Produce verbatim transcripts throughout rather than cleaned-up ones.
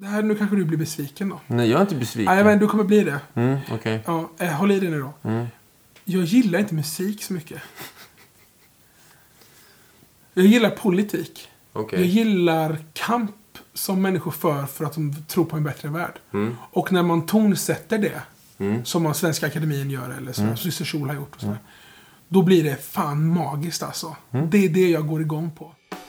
Det här, nu kanske du blir besviken då. Nej, jag är inte besviken. Nej, men du kommer bli det. Mm, okej. Okay. Ja, eh, håll i dig nu då. Mm. Jag gillar inte musik så mycket. Jag gillar politik. Okay. Jag gillar kamp som människor för för att de tror på en bättre värld. Mm. Och när man tonsätter det, mm. som man Svenska Akademin gör, eller så, mm. Syster Sol har gjort och så, mm. då blir det fan magiskt alltså. Mm. Det är det jag går igång på.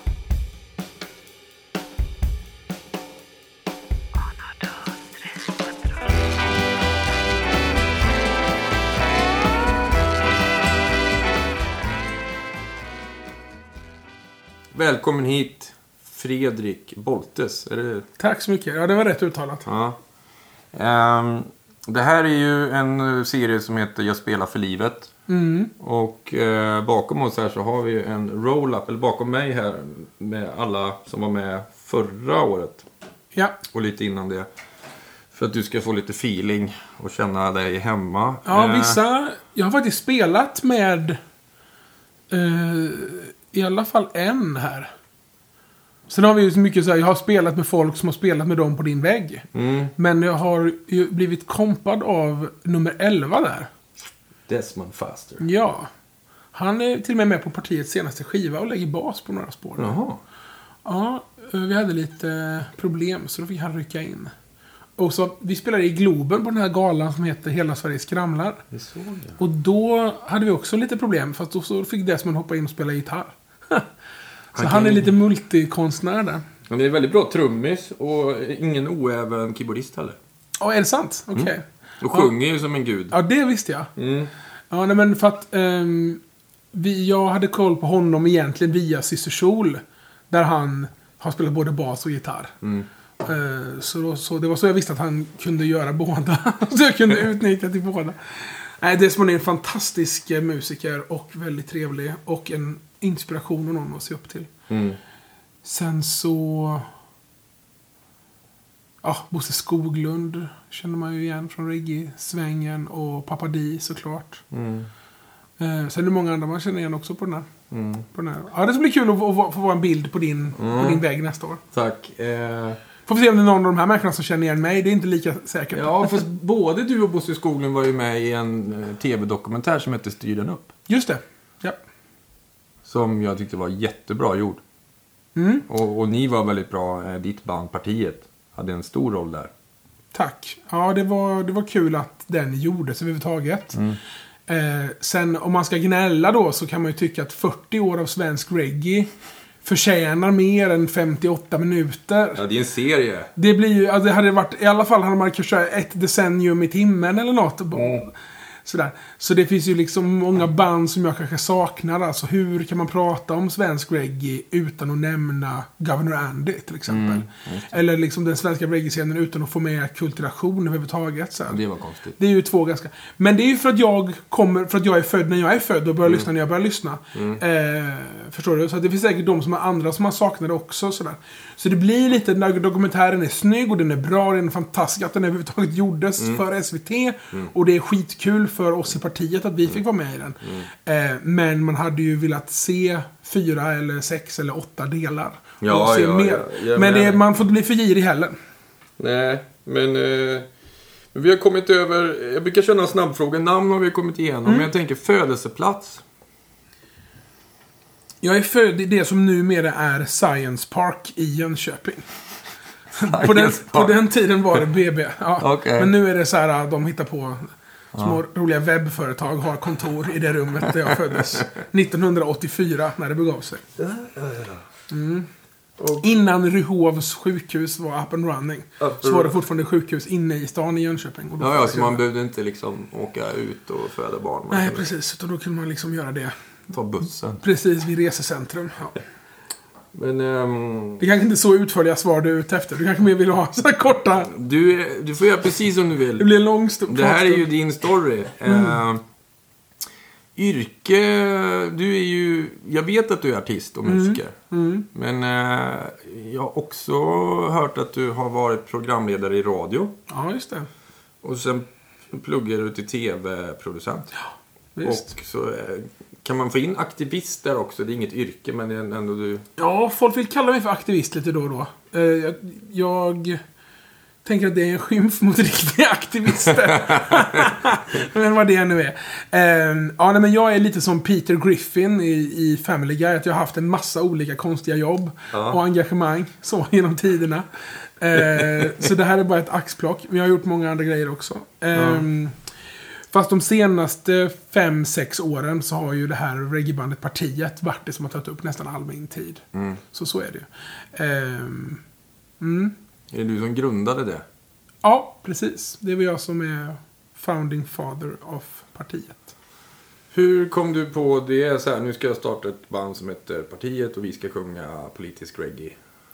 Välkommen hit, Fredrik Boltes. Är det... Tack så mycket. Ja, det var rätt uttalat. Ja. Um, det här är ju en serie som heter Jag spelar för livet. Mm. Och uh, bakom oss här så har vi en roll-up, eller bakom mig här, med alla som var med förra året. Ja. Och lite innan det. För att du ska få lite feeling och känna dig hemma. Ja, uh, vissa... Jag har faktiskt spelat med... Uh, I alla fall en här. Sen har vi ju så mycket så här, jag har spelat med folk som har spelat med dem på din vägg. Mm. Men jag har ju blivit kompad av nummer elva där. Desmond Faster. Ja. Han är till och med med på partiets senaste skiva och lägger bas på några spår. Jaha. Ja, vi hade lite problem så då fick han rycka in. Och så, vi spelade i Globen på den här galan som heter Hela Sverige skramlar. Det såg jag. Och då hade vi också lite problem. Fast då så fick Desmond hoppa in och spela gitarr. Så han, han är lite multikonstnär där. Han är väldigt bra trummis och ingen oäven keyboardist heller. Ja, är det sant? Okej. Okay. Mm. Och sjunger ja. ju som en gud. Ja, det visste jag. Mm. Ja, nej, men för att um, vi, jag hade koll på honom egentligen via Syster Sol. Där han har spelat både bas och gitarr. Mm. Uh, så, då, så det var så jag visste att han kunde göra båda. Så jag kunde utnyttja till båda. Nej, Desmond är en fantastisk musiker och väldigt trevlig. Och en inspiration och någon att se upp till. Mm. Sen så... Ja, Bosse Skoglund känner man ju igen från reggae-svängen. Och Papa Di såklart. Mm. Eh, sen är det många andra man känner igen också på den här. Mm. På den här. Ja, det ska bli kul att få, få vara en bild på din, mm. på din vägg nästa år. Tack. Eh... Får vi se om det är någon av de här människorna som känner igen mig. Det är inte lika säkert. Ja, fast både du och Bosse Skoglund var ju med i en tv-dokumentär som hette Styr den upp. Just det, ja. Som jag tyckte var jättebra gjord. Mm. Och, och ni var väldigt bra. Eh, ditt band, Partiet, hade en stor roll där. Tack. Ja, det var, det var kul att den gjordes överhuvudtaget. Mm. Eh, sen om man ska gnälla då så kan man ju tycka att fyrtio år av svensk reggae förtjänar mer än femtioåtta minuter. Ja, det är en serie. Det blir ju, alltså det hade varit, i alla fall hade man kanske ett decennium i timmen eller något. Mm. Sådär. Så det finns ju liksom många band som jag kanske saknar. Alltså hur kan man prata om svensk reggae utan att nämna Governor Andy till exempel. Mm, eller liksom den svenska reggae-scenen utan att få med kulturation överhuvudtaget. Så det var konstigt. Det är ju två ganska... Men det är ju för att jag kommer, för att jag är född när jag är född och börjar mm. lyssna när jag börjar lyssna. Mm. Eh, förstår du? Så det finns säkert de som har andra som har saknat det också. Sådär. Så det blir lite, när dokumentären är snygg och den är bra, den är fantastisk att den överhuvudtaget gjordes mm. för S V T. Mm. Och det är skitkul för oss i partiet att vi fick vara med i den. Mm. Eh, men man hade ju velat se fyra eller sex eller åtta delar. Ja, se ja, mer. ja, ja. Men det, man får inte bli för girig heller. Nej, men eh, vi har kommit över, jag brukar köra en snabbfråga. Namn har vi kommit igenom, mm. men jag tänker födelseplats. Jag är född i det som numera är Science Park i Jönköping. på, den, på den tiden var det B B. Ja. Okay. Men nu är det så här, de hittar på små ja. roliga webbföretag har kontor i det rummet där jag föddes. nittonhundraåttiofyra när det begav sig. Mm. Innan Ryhovs sjukhus var up and running. Up så var det fortfarande sjukhus inne i stan i Jönköping. Och då ja, ja, så man behövde inte liksom åka ut och föda barn. Nej, precis. Och då kunde man liksom göra det. Ta bussen. Precis, vid resecentrum. Ja. Men, um, det kanske inte är så utförliga svar du är ute efter. Du kanske mer vill ha så här korta. Du, du får göra precis som du vill. Det blir en lång stund. Det här är ju din story. Mm. Uh, yrke, du är ju... Jag vet att du är artist och musiker. Mm. Mm. Men uh, jag har också hört att du har varit programledare i radio. Ja, just det. Och sen pluggar du till tv-producent. Ja, visst. Och så... Uh, kan man få in aktivist där också? Det är inget yrke, men det är ändå du... Ja, folk vill kalla mig för aktivist lite då och då. Jag, tänker att det är en skymf mot riktiga aktivister. Men vad det nu är. Uh, ja, nej, men jag är lite som Peter Griffin i, i Family Guy. Att jag har haft en massa olika konstiga jobb ja. och engagemang så genom tiderna. Uh, så det här är bara ett axplock. Men jag har gjort många andra grejer också. Uh, ja. Fast de senaste fem, sex åren så har ju det här reggaebandet Partiet varit det som har tagit upp nästan all min tid. Mm. Så så är det ju. Uh, mm. Är det du som grundade det? Ja, precis. Det var jag som är founding father of Partiet. Hur kom du på det? Så här, nu ska jag starta ett band som heter Partiet och vi ska sjunga politisk reggae.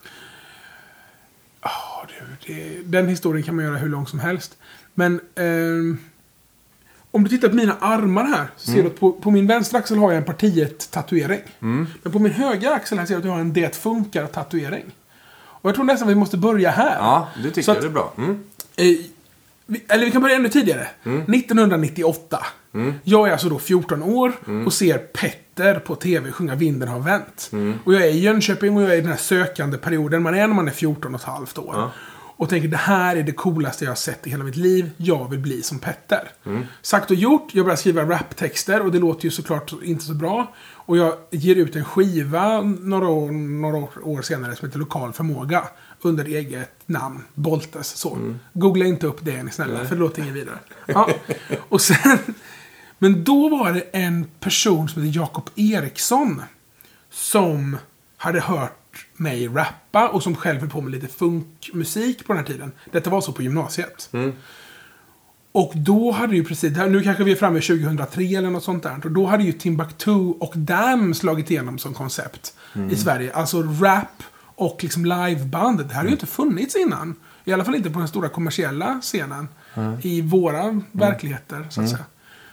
Ja, oh, du, det, den historien kan man göra hur lång som helst. Men eh, om du tittar på mina armar här så mm. ser du att på, på min vänstra axel har jag en Partiet-tatuering. Mm. Men på min högra axel här ser du att jag har en Det funkar-tatuering. Och jag tror nästan att vi måste börja här. Ja, det tycker så jag att, är bra. Mm. Eh, vi, eller vi kan börja ännu tidigare. Mm. nittonhundranittioåtta. Mm. Jag är alltså då fjorton år mm. och ser Petter på tv sjunga Vinden har vänt. Mm. Och jag är i Jönköping och jag är i den här sökande perioden man är när man är fjorton och ett halvt år. Ja. Och tänker, det här är det coolaste jag har sett i hela mitt liv. Jag vill bli som Petter. Mm. Sagt och gjort, jag börjar skriva raptexter och det låter ju såklart inte så bra. Och jag ger ut en skiva några år, några år senare som heter Lokal förmåga. Under eget namn, Boltes. Så. Mm. Googla inte upp det, är ni snälla, för det låter inget vidare. Ja. Och sen, men då var det en person som heter Jakob Eriksson som hade hört mig rappa och som själv höll på med lite funkmusik på den här tiden. Detta var så på gymnasiet. Mm. Och då hade ju precis, nu kanske vi är framme tjugohundratre eller något sånt där. Och då hade ju Timbuktu och Damn slagit igenom som koncept mm. i Sverige. Alltså rap och liksom livebandet. Det här har ju inte funnits innan. I alla fall inte på den stora kommersiella scenen. Mm. I våra mm. verkligheter, så att mm. säga.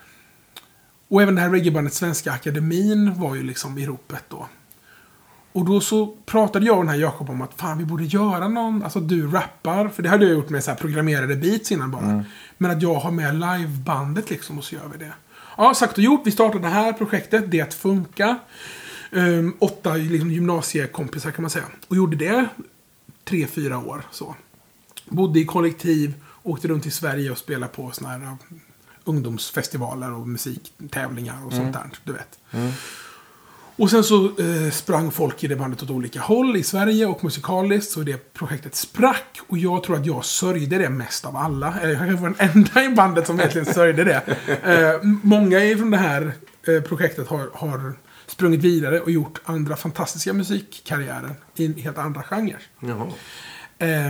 Och även det här reggaebandet Svenska Akademin var ju liksom i ropet då. Och då så pratade jag och den här Jakob om att fan, vi borde göra någon, alltså du rappar, för det hade jag gjort med så här programmerade beats innan bara. Mm. Men att jag har med livebandet liksom, och så gör vi det. Ja, sagt och gjort, vi startade det här projektet, Det funkar. Um, åtta liksom, gymnasiekompisar kan man säga. Och gjorde det tre, fyra år så. Bodde i kollektiv, åkte runt i Sverige och spelade på såna här uh, ungdomsfestivaler och musiktävlingar och mm. sånt där, du vet. Mm. Och sen så eh, sprang folk i det bandet åt olika håll i Sverige och musikaliskt så det projektet sprack. Och jag tror att jag sörjde det mest av alla. Eller jag kanske var den enda i bandet som verkligen sörjde det. Eh, många från det här eh, projektet har, har sprungit vidare och gjort andra fantastiska musikkarriärer i helt andra genrer. Jaha. Eh,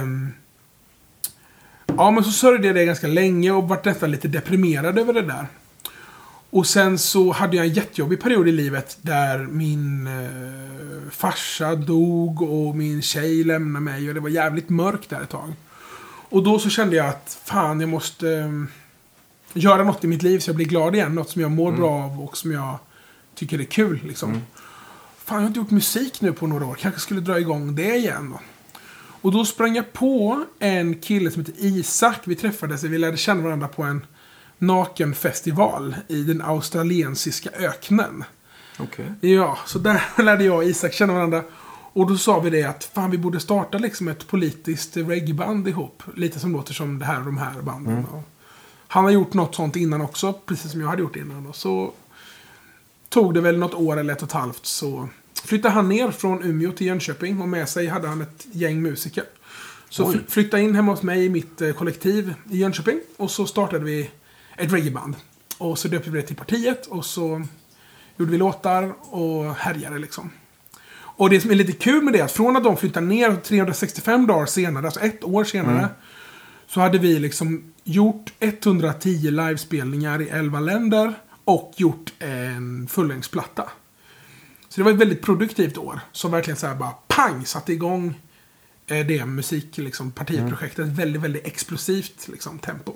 ja, men så sörjde jag det ganska länge och var nästan lite deprimerad över det där. Och sen så hade jag en jättejobbig period i livet där min eh, farsa dog och min tjej lämnade mig och det var jävligt mörkt där ett tag. Och då så kände jag att fan, jag måste eh, göra något i mitt liv så jag blir glad igen. Något som jag mår mm. bra av och som jag tycker är kul liksom. Mm. Fan, jag har inte gjort musik nu på några år. Kanske skulle dra igång det igen då. Och då sprang jag på en kille som heter Isak. Vi träffades och vi lärde känna varandra på en nakenfestival i den australiensiska öknen. Okay. Ja, så där lärde jag och Isak känna varandra. Och då sa vi det att fan, vi borde starta liksom ett politiskt reggaeband ihop. Lite som låter som det här och de här banden. Mm. Han har gjort något sånt innan också, precis som jag hade gjort innan. Och så tog det väl något år eller ett och ett halvt så flyttade han ner från Umeå till Jönköping och med sig hade han ett gäng musiker. Så Oj. flyttade in hemma hos mig i mitt kollektiv i Jönköping och så startade vi ett reggaeband. Och så döpte vi det till Partiet och så gjorde vi låtar och härjade liksom. Och det som är lite kul med det är att från att de flyttade ner trehundrasextiofem dagar senare, alltså ett år senare, mm. så hade vi liksom gjort etthundratio livespelningar i elva länder och gjort en fullängdsplatta. Så det var ett väldigt produktivt år som verkligen så här bara pang satte igång det musik liksom partiprojektet mm. väldigt väldigt explosivt liksom tempo.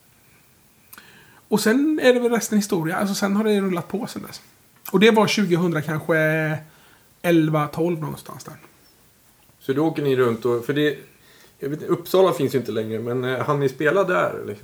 Och sen är det väl resten historia. Alltså sen har det rullat på sen dess. Och det var tjugohundra kanske elva tolv någonstans där. Så då åker ni runt och för det jag vet, Uppsala finns ju inte längre, men han ni spela där liksom?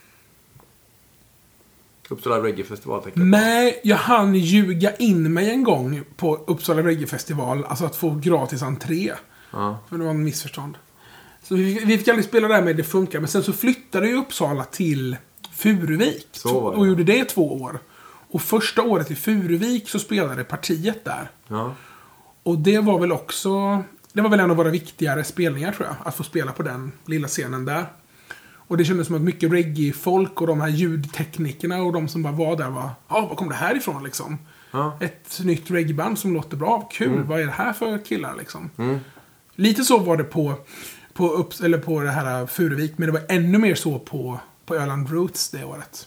Uppsala Reggae Festival tänkte jag. Nej, jag hann ljuga in mig en gång på Uppsala Reggae Festival, alltså att få gratis entré. Ja. För det var en missförstånd. Så vi, vi fick aldrig spela där med Det funkar. Men sen så flyttade ju Uppsala till Furuvik. Så, och gjorde det i två år. Och första året i Furuvik så spelade partiet där. Ja. Och det var väl också... Det var väl en av våra viktigare spelningar tror jag. Att få spela på den lilla scenen där. Och det kändes som att mycket reggae-folk och de här ljudteknikerna och de som bara var där var... Ja, var kom det här ifrån liksom? Ja. Ett nytt reggae-band som låter bra. Kul, mm. vad är det här för killar liksom? Mm. Lite så var det på, på, Upps, eller på det här Furuvik. Men det var ännu mer så på, på Öland Roots det året.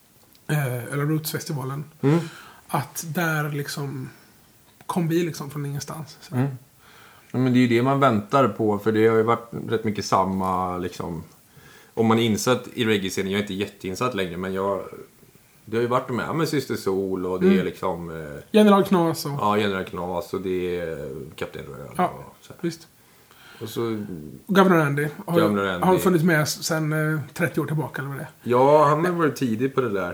Eh, Öland Roots-festivalen. Mm. Att där liksom kom vi liksom från ingenstans. Så. Mm. Ja, men det är ju det man väntar på. För det har ju varit rätt mycket samma liksom... Om man är insatt i reggae-scenen, jag är inte jätteinsatt längre, men jag... Det har ju varit med med Syster Sol och det mm. är liksom... Eh, General Knas och... Ja, General Knas och det är Kapten Röd. Ja, och så här. Visst. Och så... Governor Andy. Har, Governor Andy. Har funnits med sedan eh, trettio år tillbaka eller vad det är. Ja, han har varit tidig på det där.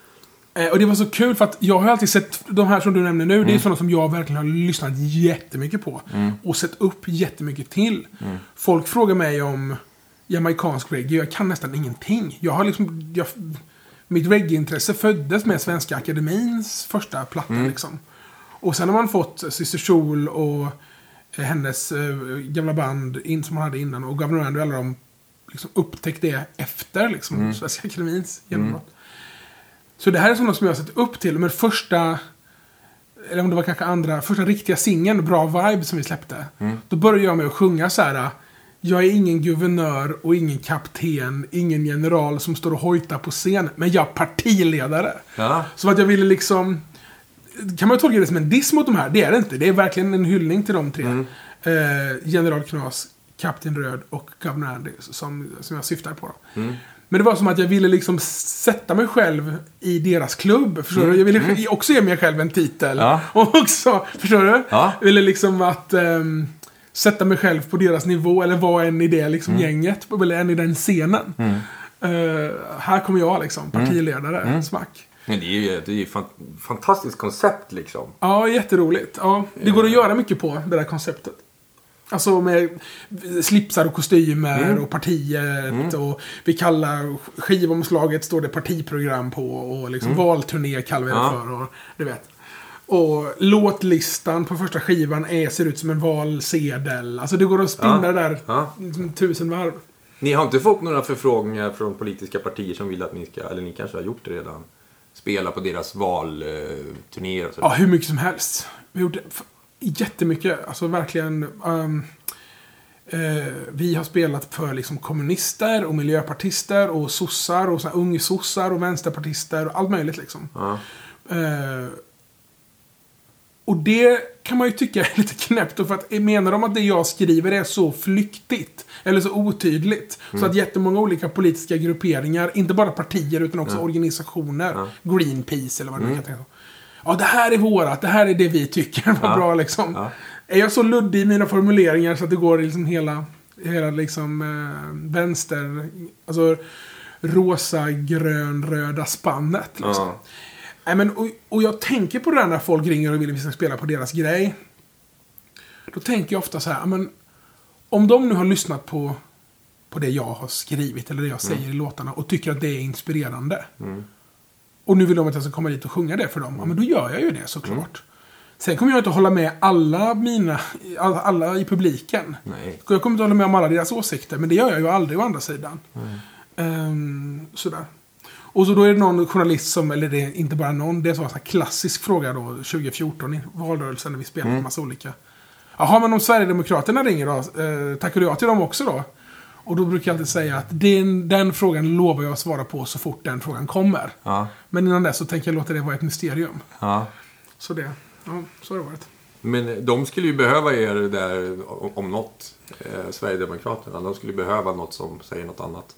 Eh, och det var så kul för att jag har alltid sett de här som du nämner nu. Mm. Det är sådana som jag verkligen har lyssnat jättemycket på. Mm. Och sett upp jättemycket till. Mm. Folk frågar mig om jamaicansk reggae. Jag kan nästan ingenting. Jag har liksom... Jag, mitt reggae-intresse föddes med Svenska Akademins första platta mm. liksom. Och sen har man fått Syster Sol och eh, hennes eh, gamla band in, som hon hade innan. Och Governor Andy och alla de liksom upptäckt det efter liksom, mm. Svenska Akademins genombrott. Mm. Så det här är sådant som jag har sett upp till. Men första, eller om det var kanske andra, första riktiga singeln, Bra Vibe, som vi släppte. Mm. Då började jag med att sjunga så här: jag är ingen guvernör och ingen kapten, ingen general som står och hojtar på scen, men jag är partiledare. Ja. Så att jag ville liksom... Kan man tolka det som en diss mot de här? Det är det inte. Det är verkligen en hyllning till de tre. Mm. Eh, General Knas, Kapten Röd och Governor Andy som, som jag syftar på. Mm. Men det var som att jag ville liksom sätta mig själv i deras klubb. Förstår mm. du? Jag ville mm. också ge mig själv en titel. Ja. Och också, förstår du? Ja. Jag ville liksom att... Um, sätta mig själv på deras nivå eller vara en i det liksom, mm. gänget eller en i den scenen. Mm. Uh, här kommer jag liksom, partiledare, mm. smack. Men det är ju det är ett fantastiskt koncept liksom. Ja, jätteroligt. Ja, det går att göra mycket på det där konceptet. Alltså med slipsar och kostymer mm. och partiet mm. och vi kallar skivomslaget står det partiprogram på och liksom mm. valturné kallar vi det ja. för och du vet. Och låtlistan på första skivan är, ser ut som en valsedel. Alltså det går att spinna ja. där ja. Liksom, tusen varv. Ni har inte fått några förfrågningar från politiska partier som vill att ni ska, eller ni kanske har gjort det redan, spela på deras valturnéer? Ja, hur mycket som helst. Vi har gjort jättemycket. Alltså verkligen... Um, uh, vi har spelat för liksom kommunister och miljöpartister och sossar och så här ungsossar och vänsterpartister och allt möjligt liksom. Ja. Uh, Och det kan man ju tycka är lite knäppt. För att menar de att det jag skriver är så flyktigt eller så otydligt. Mm. Så att jättemånga olika politiska grupperingar, inte bara partier utan också ja. organisationer. Ja. Greenpeace eller vad det mm. kan tänka. Ja, det här är vårat. Det här är det vi tycker var ja. bra liksom. Ja. Är jag så luddig i mina formuleringar så att det går liksom hela, hela liksom äh, vänster, alltså rosa, grön, röda spannet liksom. Ja. Nej, men, och, och jag tänker på det där när folk ringer och vill att vi ska spela på deras grej. Då tänker jag ofta så här, men om de nu har lyssnat på, på det jag har skrivit eller det jag säger mm. i låtarna och tycker att det är inspirerande. Mm. Och nu vill de att jag ska komma dit och sjunga det för dem. Mm. Ja, men då gör jag ju det såklart. Mm. Sen kommer jag inte hålla med alla mina, alla, alla i publiken. Nej. Jag kommer inte hålla med om alla deras åsikter, men det gör jag ju aldrig å andra sidan. Mm. Um, sådär. Och så då är det någon journalist som, eller det är inte bara någon, det är så en klassisk fråga då, tjugo fjorton i valrörelsen när vi spelade mm. en massa olika. Jaha, men om Sverigedemokraterna ringer då, eh, tackar jag till dem också då? Och då brukar jag alltid säga att den, den frågan lovar jag att svara på så fort den frågan kommer. Ja. Men innan dess så tänker jag låta det vara ett mysterium. Ja. Så det, ja, så har det varit. Men de skulle ju behöva er där om något, eh, Sverigedemokraterna, de skulle behöva något som säger något annat.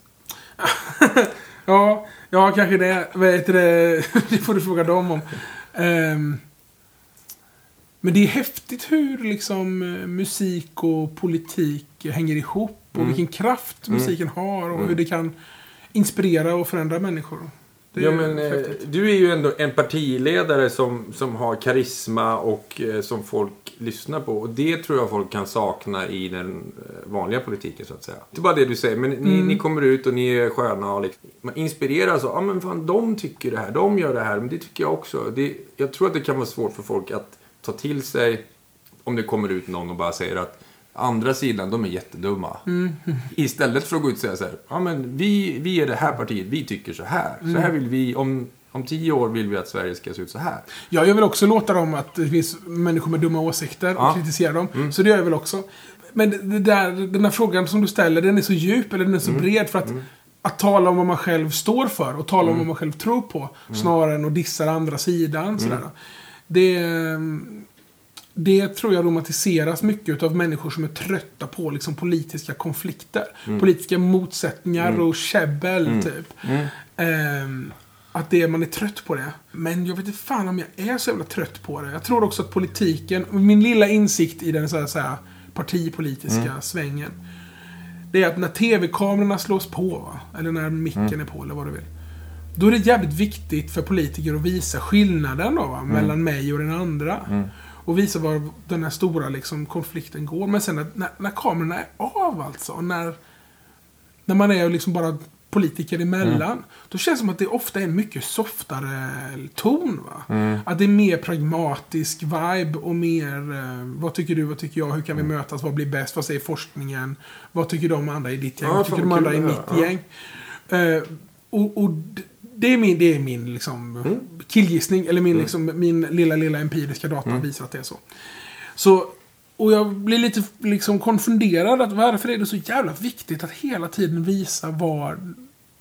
Ja, ja, kanske det. Vet det, det får du fråga dem om. Um, men det är häftigt hur liksom musik och politik hänger ihop. Och mm. vilken kraft musiken mm. har. Och mm. hur det kan inspirera och förändra människor. Det Det ja, men eh, du är ju ändå en partiledare som, som har karisma och eh, som folk lyssnar på. Och det tror jag folk kan sakna i den eh, vanliga politiken, så att säga. Det är bara det du säger, men ni, mm. ni kommer ut och ni är sköna och liksom, man inspireras av, ja men fan, de tycker det här, de gör det här, men det tycker jag också. Det, jag tror att det kan vara svårt för folk att ta till sig om det kommer ut någon och bara säger att andra sidan, de är jättedumma. Mm. Istället för att gå ut och säga så här, ja men vi, vi är det här partiet, vi tycker så här. Mm. Så här vill vi, om, om tio år vill vi att Sverige ska se ut så här. Ja, jag vill också låta dem att det finns människor med dumma åsikter och ja. kritisera dem. Mm. Så det gör jag väl också. Men det där, den här frågan som du ställer, den är så djup eller den är så mm. bred för att mm. att tala om vad man själv står för och tala mm. om vad man själv tror på mm. snarare än att dissa andra sidan. Mm. Sådär. Det Det tror jag romantiseras mycket av människor som är trötta på liksom, politiska konflikter. Mm. Politiska motsättningar mm. och käbbel, mm. typ. Mm. Um, att det, man är trött på det. Men jag vet inte fan om jag är så jävla trött på det. Jag tror också att politiken, min lilla insikt i den så här, så här, partipolitiska mm. svängen, det är att när tv-kamerorna slås på, va? Eller när micken mm. är på, eller vad du vill. Då är det jävligt viktigt för politiker att visa skillnaden då, va? Mm. mellan mig och den andra. Mm. Och visa var den här stora liksom, konflikten går. Men sen när, när, när kamerorna är av alltså. När, när man är liksom bara politiker emellan. Mm. Då känns det som att det ofta är en mycket softare ton. Va? Mm. Att det är mer pragmatisk vibe. Och mer, eh, vad tycker du, vad tycker jag, hur kan vi mötas, vad blir bäst, vad säger forskningen. Vad tycker de andra i ditt gäng, ja, vad tycker de andra i mitt ja. gäng. Eh, och... och Det är min, det är min liksom, mm. killgissning. Eller min, mm. liksom, min lilla, lilla empiriska data mm. visar att det är så. så. Och jag blir lite liksom, konfunderad. Att varför är det så jävla viktigt att hela tiden visa vad,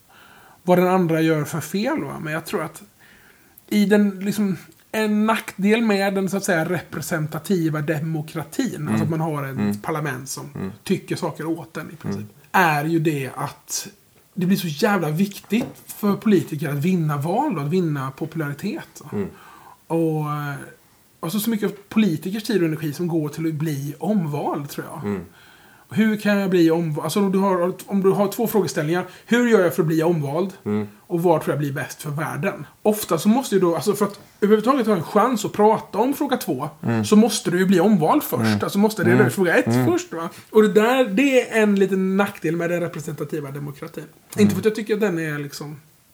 vad den andra gör för fel. Va? Men jag tror att i den, liksom, en nackdel med den så att säga, representativa demokratin. Mm. Alltså att man har ett mm. parlament som mm. tycker saker åt den i princip. Mm. Är ju det att det blir så jävla viktigt för politiker att vinna val och att vinna popularitet. Mm. Och alltså så mycket politikers tid och energi som går till att bli omvald, tror jag. Mm. Hur kan jag bli omvald? Alltså om du har, om du har två frågeställningar. Hur gör jag för att bli omvald? Mm. Och vad tror jag blir bäst för världen? Ofta så måste ju då, alltså för att överhuvudtaget ha en chans att prata om fråga två, mm. så måste du ju bli omvald först. Mm. Alltså måste det mm. fråga ett mm. först, va? Och det där, det är en liten nackdel med den representativa demokratin. Mm. Inte för att jag tycker att den är liksom...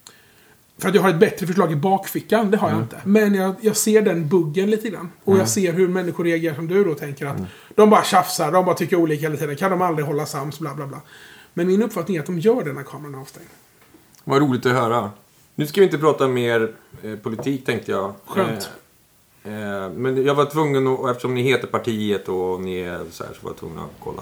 För att jag har ett bättre förslag i bakfickan, det har jag mm. inte. Men jag, jag ser den buggen lite grann. Och mm. jag ser hur människor reagerar som du då tänker att mm. de bara tjafsar, de bara tycker olika hela tiden. Kan de aldrig hålla sams, bla bla bla. Men min uppfattning är att de gör det när kameran är avstängd. Vad roligt att höra. Nu ska vi inte prata mer eh, politik, tänkte jag. Skönt. Eh, eh, men jag var tvungen, att, eftersom ni heter partiet och ni är så här, så var jag tvungen att kolla.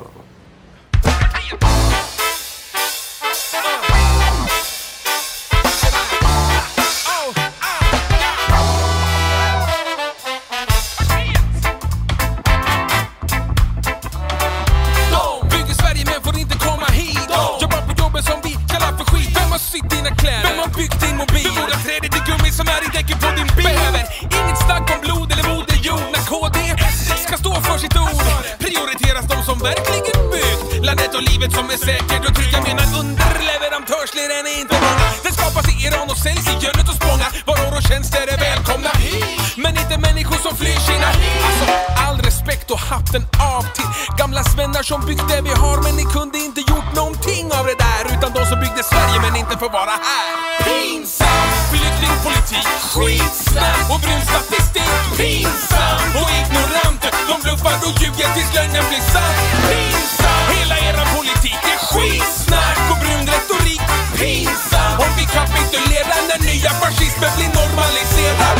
Som är säkert och trygga menar underleverantörsleden är inte många. Den skapas i Iran och säljs i Jönnet och Spånga. Varor och tjänster är välkomna, men inte människor som flyr Kina. Alltså all respekt och hatten av till gamla svennar som byggt det vi har, men ni kunde inte gjort någonting av det där. Utan de som byggde Sverige men inte får vara här. Pinsamt, flyktingpolitik, skitsnack och brun statistik. Pinsamt och ignorant, de bluffar och ljuger tills lögnen blir sann. Pinsamt, hela era politik är skitsnack och brun retorik. Pinsamt, om vi kapitulerar när nya fascismen blir normaliserad.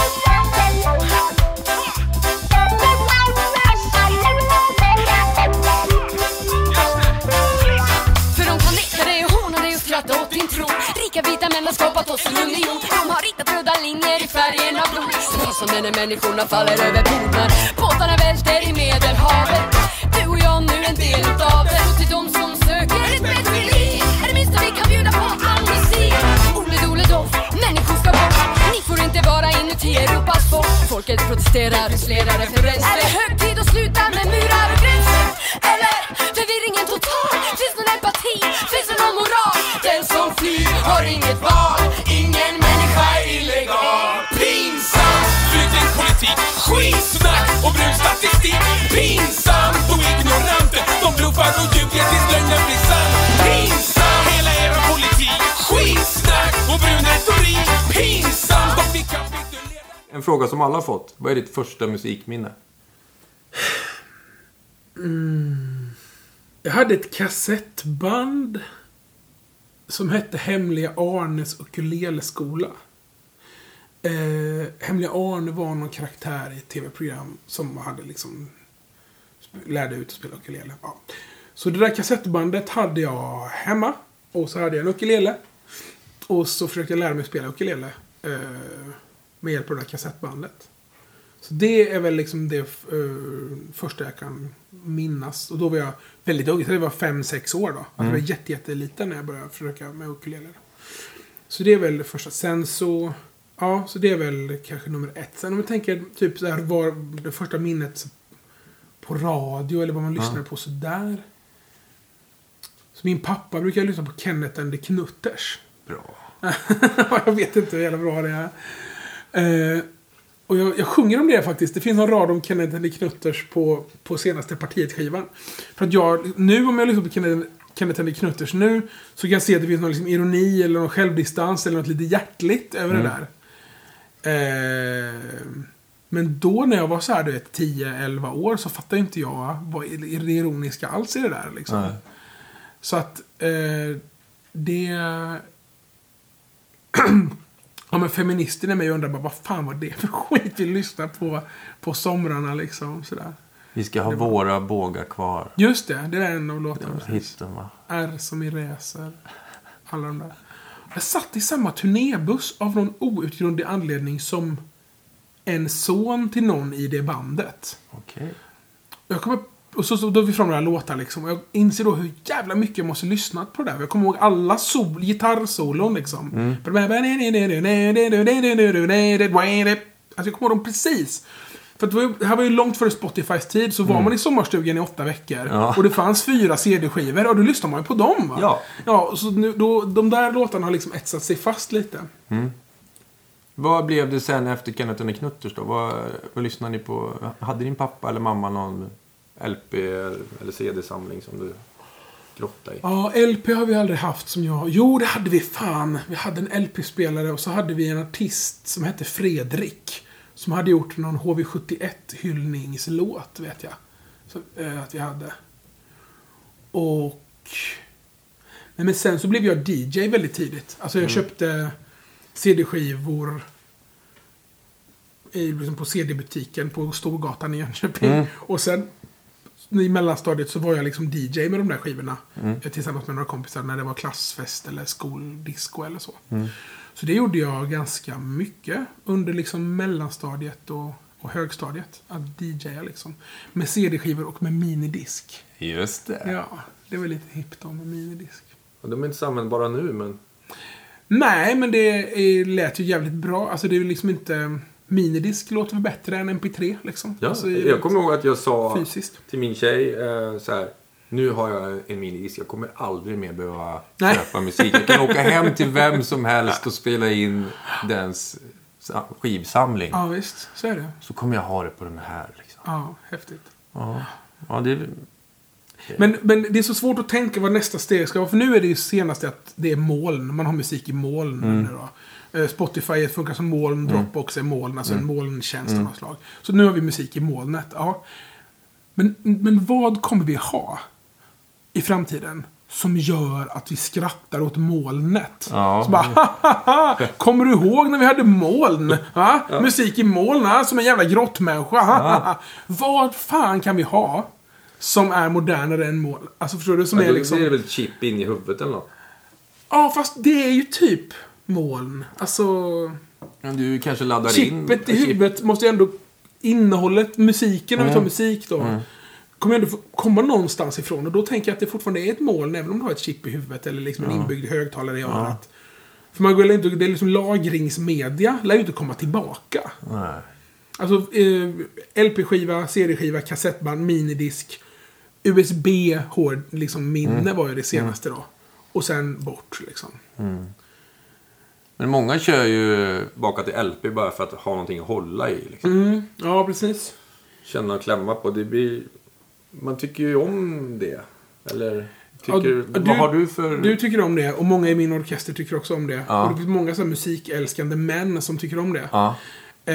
För de kan leka dig och håna dig och skratta åt din tro. Rika vita män har skapat oss en union. De har ritat röda linjer i färgen av blod. Som när människorna faller över bord. Båtarna välter i Medelhavet. Du och jag nu en del utav det. Och till de som söker ett bättre liv är det minsta vi kan bjuda på amnesti. Ole dole doff, människor ska bort. Ni får inte vara inuti Europas folk. Folket protesterar, flera referenser. Är det hög tid att sluta med murar och gränser? Eller förvirringen total? Finns någon empati? Finns det någon moral? Den som flyr har inget val. Ingen människa ur statistik. Pinsamt och ignorant. De bluffar och ljuger tills lögnen blir sann. Pinsamt, hela era politik. Skitsnack och brun retorik. Pinsamt och vi kapitulerar. En fråga som alla har fått. Vad är ditt första musikminne? Mm. Jag hade ett kassettband som hette Hemliga Arnes ukuleleskola. Eh, Hemliga Arne var någon karaktär i ett tv-program som hade liksom lärde ut att spela ukulele. Ja. Så det där kassettbandet hade jag hemma. Och så hade jag en ukulele. Och så försökte jag lära mig spela ukulele eh, med hjälp av det där kassettbandet. Så det är väl liksom det uh, första jag kan minnas. Och då var jag väldigt ung. Det var fem sex år då. Mm. Jag var jätte, jätteliten när jag började försöka med ukulele. Så det är väl det första. Sen så... Ja, så det är väl kanske nummer ett. Sen om jag tänker typ så här, var det första minnet på radio eller vad man lyssnade mm. på så där. Så min pappa brukar lyssna på Kenneth and the Knutters. Bra. Jag vet inte hur jävla bra det är. Uh, Och jag, jag sjunger om det faktiskt. Det finns en rad om Kenneth and the Knutters på, på senaste partiet-skivan. För att jag, nu om jag lyssnar på Kenneth, Kenneth and the Knutters nu, så kan jag se att det finns någon liksom ironi eller någon självdistans eller något lite hjärtligt över mm. det där. Eh, men då när jag var så här, du vet, tio elva år så fattade inte jag vad är det ironiska alls i det där liksom. Mm. Så att eh, det... Ja, men feministerna med undrar bara, vad fan var det för skit vi lyssnar på på somrarna liksom, sådär. Vi ska ha det våra var... bågar kvar. Just det, det är en av låtarna. Hitten, va? R som i reser. Alla de där. Jag satt i samma turnébuss av någon outgrundlig anledning som en son till någon i det bandet. Okej. Okay. Jag kommer Och så, så då är vi fram med några låtar liksom. Och jag inser då hur jävla mycket jag måste lyssna på det där. Jag kommer ihåg alla sol, gitarrsolon liksom. Mm. Alltså jag kommer ihåg dem precis. För att det, var, det här var ju långt före Spotifys tid. Så var mm. man i sommarstugan i åtta veckor. Ja. Och det fanns fyra C D-skivor. Och då lyssnar man ju på dem, va? Ja. Ja, så nu, då, de där låtarna har liksom etsat sig fast lite. Mm. Vad blev det sen efter Kenneth and the Knutters då? Vad, vad lyssnade ni på? Hade din pappa eller mamma någon L P eller C D-samling som du grottade i? Ja, L P har vi aldrig haft som jag. Jo, det hade vi fan. Vi hade en L P-spelare och så hade vi en artist som hette Fredrik. Som hade gjort någon H V sjuttioett-hyllningslåt, vet jag. Så, äh, att vi hade. Och... Men, men sen så blev jag D J väldigt tidigt. Alltså jag mm. köpte C D-skivor i, liksom på C D-butiken på Storgatan i Jönköping. Mm. Och sen i mellanstadiet så var jag liksom D J med de där skivorna. Mm. Tillsammans med några kompisar när det var klassfest eller skoldisco eller så. Mm. Så det gjorde jag ganska mycket under liksom mellanstadiet och, och högstadiet. Att D J:a liksom. Med C D-skivor och med minidisk. Just det. Ja, det var lite hippt då med minidisk. Och de är inte så användbara nu, men... Nej, men det är, lät ju jävligt bra. Alltså det är liksom inte... Minidisk låter väl bättre än M P tre liksom. Ja, alltså, jag kommer ihåg att jag sa fysiskt till min tjej eh, så här: nu har jag en minidisk, jag kommer aldrig mer behöva Nej. köpa musik. Jag kan åka hem till vem som helst och spela in dens skivsamling. Ja, visst, så är det. Så kommer jag ha det på den här liksom. Ja, häftigt. Ja, ja det är... Men, men det är så svårt att tänka vad nästa steg ska vara. För nu är det ju senast att det är moln. Man har musik i moln mm. nu då. Spotify funkar som moln, Dropbox är moln, alltså mm. en molntjänst av mm. något slag. Så nu har vi musik i molnet, ja. Men, men vad kommer vi ha i framtiden som gör att vi skrattar åt molnet? Ja. Så bara, hahaha, kommer du ihåg när vi hade moln? Ja? Ja. Musik i moln, ja, som en jävla grottmänniska. Ja. Vad fan kan vi ha som är modernare än moln? Alltså förstår du? Som ja, är liksom... Det är väl ett chip in i huvudet eller något? Ja, fast det är ju typ moln. Alltså... Du kanske laddar chippet in... Chippet i huvudet chip. Måste ju ändå... Innehållet, musiken, om mm. vi tar musik då. Mm. Kommer ändå komma någonstans ifrån. Och då tänker jag att det fortfarande är ett moln. Även om du har ett chip i huvudet. Eller liksom en inbyggd högtalare i örat. Ja. För man går inte... Det är liksom lagringsmedia. Lär ju inte komma tillbaka. Nej. Alltså eh, L P-skiva, C D-skiva, kassettband, minidisk. U S B-hård liksom minne mm. var ju det senaste då. Och sen bort liksom. Mm. Men många kör ju baka till L P bara för att ha någonting att hålla i. Liksom. Mm, ja, precis. känna och klämma på. Det blir, man tycker ju om det. Eller tycker, ja, du, vad har du för... Du tycker om det, och många i min orkester tycker också om det. Ja. Och det finns många så här musikälskande män som tycker om det. Ja. Eh,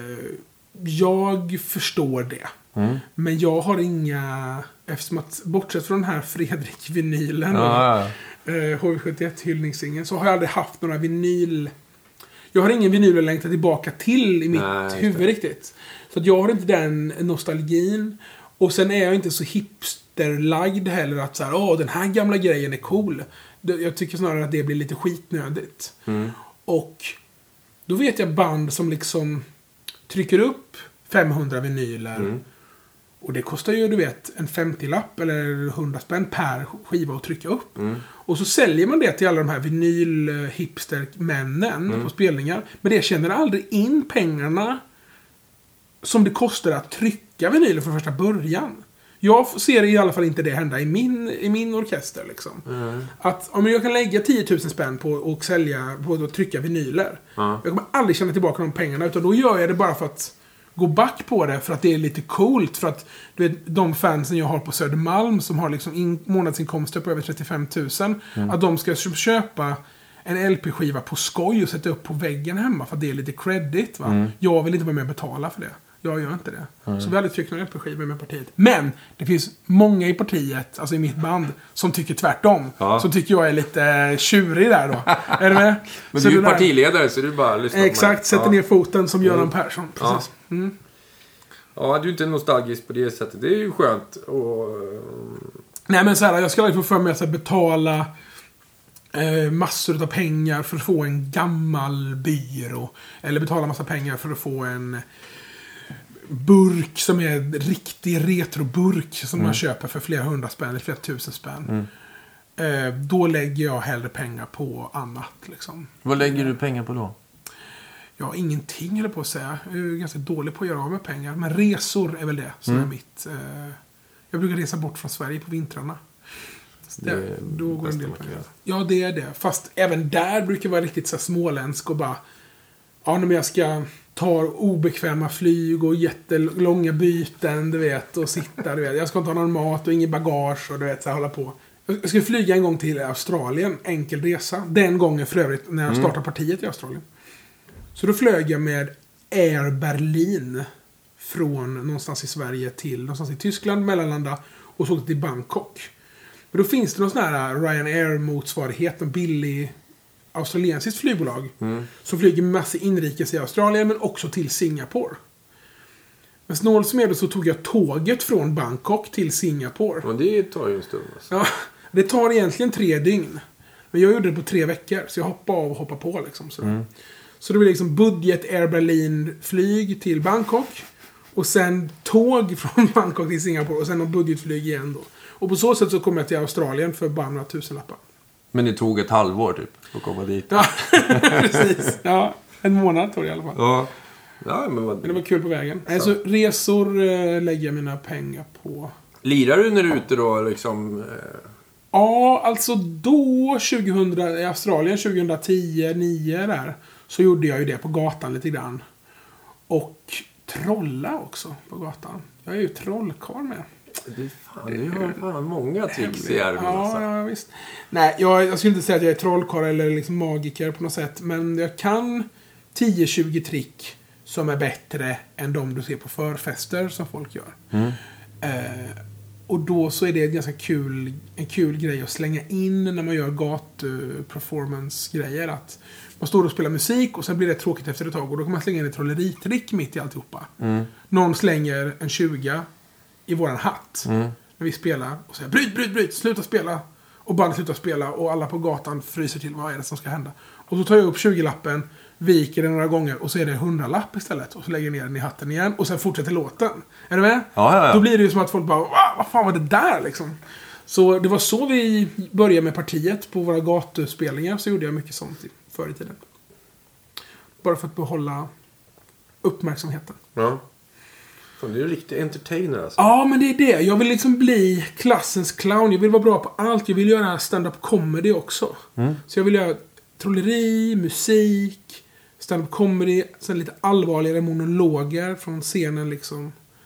jag förstår det. Mm. Men jag har inga... Eftersom att, bortsett från den här Fredrik-vinylen, ja, ja. eh, H V sjuttioett-hyllningssingen, så har jag aldrig haft några vinyl... Jag har ingen vinyl att längta tillbaka till i mitt Nej, huvud riktigt. Så att jag har inte den nostalgin. Och sen är jag inte så hipsterlagd heller att så här, åh, den här gamla grejen är cool. Jag tycker snarare att det blir lite skitnödigt. Mm. Och då vet jag band som liksom trycker upp femhundra vinyler. Mm. Och det kostar ju, du vet, en femtio-lapp eller hundra spänn per skiva att trycka upp. Mm. Och så säljer man det till alla de här vinyl-hipster-männen mm. på spelningar. Men det känner aldrig in pengarna som det kostar att trycka vinyler från första början. Jag ser i alla fall inte det hända i min, i min orkester. Liksom. Mm. Att om jag kan lägga tio tusen spänn på att sälja, på att trycka vinyler. Mm. Jag kommer aldrig känna tillbaka de pengarna. Utan då gör jag det bara för att gå back på det, för att det är lite coolt. För att du vet, de fansen jag har på Södermalm som har liksom in, månadsinkomster på över trettiofem tusen. Mm. Att de ska köpa en L P-skiva på skoj och sätta upp på väggen hemma. För att det är lite credit, va? Mm. Jag vill inte vara med och betala för det. Jag gör inte det. Mm. Så vi har aldrig tryckt några L P-skivor med partiet. Men det finns många i partiet, alltså i mitt band, som tycker tvärtom. Ja. Som tycker jag är lite tjurig där då. Är du med? Men så du är ju partiledare, så du bara lyssnar på Exakt, mig. Sätter ja. ner foten som Göran Persson. Precis. Ja. Mm. Ja, du är inte nostalgisk på det sättet. Det är ju skönt. Och... Nej, men så här, jag ska aldrig få för mig att betala eh, massor av pengar för att få en gammal byrå. Eller betala massa pengar för att få en burk som är en riktig retroburk som mm. man köper för flera hundra spänn eller flera tusen spänn. Mm. Eh, då lägger jag hellre pengar på annat. Liksom. Vad lägger du pengar på då? Ja, ingenting eller på att säga. Jag är ganska dålig på att göra av med pengar. Men resor är väl det som mm. är mitt. Eh, jag brukar resa bort från Sverige på vintrarna. Det, det då går en del pengar. Ja, det är det. Fast även där brukar jag vara riktigt så småländsk och bara... Ja, när jag ska ta obekväma flyg och jättelånga byten, du vet. Och sitta, du vet. Jag ska inte ha någon mat och ingen bagage och du vet, så här, hålla på. Jag ska flyga en gång till Australien. Enkel resa. Den gången för övrigt när jag startade partiet i Australien. Så då flög jag med Air Berlin från någonstans i Sverige till någonstans i Tyskland, mellanlanda och så till Bangkok. Men då finns det någon sån här Ryanair-motsvarighet, en billig australiensiskt flygbolag mm. som flyger med massa inrikes i Australien men också till Singapore. Men snål som är det så tog jag tåget från Bangkok till Singapore. Och det tar ju en stund. Alltså. Ja, det tar egentligen tre dygn. Men jag gjorde det på tre veckor så jag hoppade av och hoppade på liksom sådär. Mm. Så det blir liksom budget Air Berlin flyg till Bangkok. Och sen tåg från Bangkok till Singapore. Och sen någon budgetflyg igen då. Och på så sätt så kom jag till Australien för bara några tusenlappar. Men det tog ett halvår typ att komma dit. Ja, precis. Ja, en månad tog det i alla fall. Ja. Ja, men, vad... men det var kul på vägen. Så. Alltså resor äh, lägger jag mina pengar på. Lirar du när du är ute då liksom... Äh... Ja, alltså då tjugohundra, i Australien tjugohundratio nio där. Så gjorde jag ju det på gatan lite grann. Och trolla också på gatan. Jag är ju trollkarl med. Det är fan, du har fan många tricks i ärmen. Ja, ja, visst. Nej, jag, jag skulle inte säga att jag är trollkarl eller liksom magiker på något sätt. Men jag kan tio tjugo trick som är bättre än de du ser på förfester som folk gör. Mm. Eh, och då så är det en ganska kul, en kul grej att slänga in när man gör gat-performance-grejer. Att man står och spelar musik och sen blir det tråkigt efter ett tag. Och då kan man slänga in ett trolleritrick mitt i alltihopa. Mm. Någon slänger en tjugo i våran hatt. Mm. När vi spelar och säger bryt, bryt, bryt, sluta spela. Och bandet slutar spela och alla på gatan fryser till vad är det som ska hända. Och så tar jag upp tjugo-lappen, viker den några gånger och så är det en hundra-lapp istället. Och så lägger jag ner den i hatten igen och sen fortsätter låten. Är du med? Ja, ja, ja. Då blir det ju som att folk bara, vad fan var det där liksom? Så det var så vi började med partiet på våra gatuspelningar. Så gjorde jag mycket sånt förr i tiden. Bara för att behålla uppmärksamheten. Ja. Fan, du är en riktig entertainer alltså. Ja, men det är det. Jag vill liksom bli klassens clown. Jag vill vara bra på allt. Jag vill göra stand-up comedy också. Mm. Så jag vill göra trolleri, musik, stand-up comedy, sen lite allvarligare monologer från scenen liksom.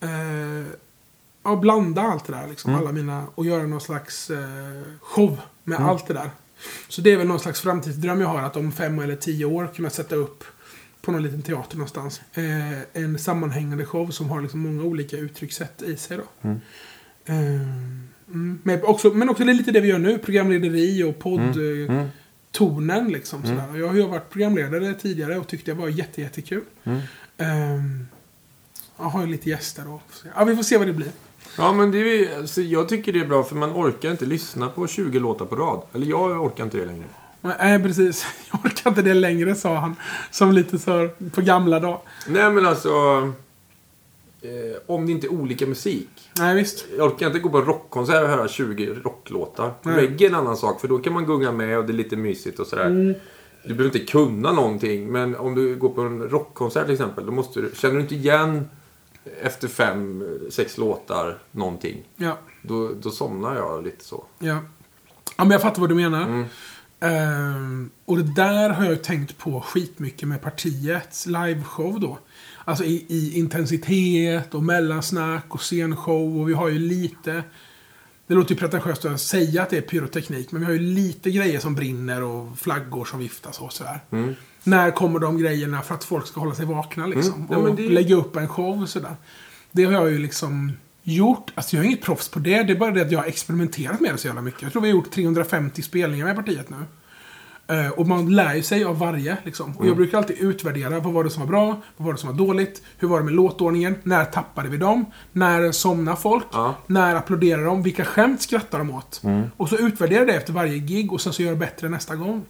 Eh, ja, blanda allt det där liksom. Mm. Alla mina, och göra någon slags eh, show med mm. allt det där. Så det är väl någon slags framtidsdröm jag har. Att om fem eller tio år kunna sätta upp på någon liten teater någonstans. Eh, en sammanhängande show som har liksom många olika uttryckssätt i sig då. Mm. Eh, mm. Men, också, men också det är lite det vi gör nu. Programlederi och podd. Mm. Mm. Tonen liksom. Mm. Sådär. Jag har ju varit programledare tidigare och tyckte det var jätte, jättekul. Mm. Eh, jag har ju lite gäster då. Ja, vi får se vad det blir. Ja, men det är, alltså, jag tycker det är bra för man orkar inte lyssna på tjugo låtar på rad. Eller jag orkar inte det längre. Nej, precis. Jag orkar inte det längre, sa han. Som lite så på gamla dag. Nej, men alltså... Eh, om det inte är olika musik. Nej, visst. Jag orkar inte gå på en rockkonsert och höra tjugo rocklåtar. Reggae är en annan sak, för då kan man gunga med och det är lite mysigt och sådär. Mm. Du behöver inte kunna någonting, men om du går på en rockkonsert till exempel, då måste du, känner du inte igen efter fem, sex låtar någonting. Ja. Då, då somnar jag lite så. Ja. Ja, men jag fattar vad du menar. Mm. Um, och det där har jag tänkt på skitmycket med partiets liveshow då. Alltså i, i intensitet och mellansnack och scenshow. Och vi har ju lite... Det låter ju pretentiöst att säga att det är pyroteknik. Men vi har ju lite grejer som brinner och flaggor som viftas och sådär. Mm. När kommer de grejerna för att folk ska hålla sig vakna liksom? Mm. Ja, och det... lägga upp en show och sådär. Det har jag ju liksom gjort. Alltså jag är inget proffs på det. Det är bara det att jag har experimenterat med det så jävla mycket. Jag tror vi har gjort trehundrafemtio spelningar med partiet nu. Uh, och man lär sig av varje liksom. Och mm. jag brukar alltid utvärdera vad var det som var bra, vad var det som var dåligt, hur var det med låtordningen, när tappade vi dem, när somnar folk, ja. När applåderar de, vilka skämt skrattar de åt. Mm. Och så utvärderar det efter varje gig och sen så gör det bättre nästa gång.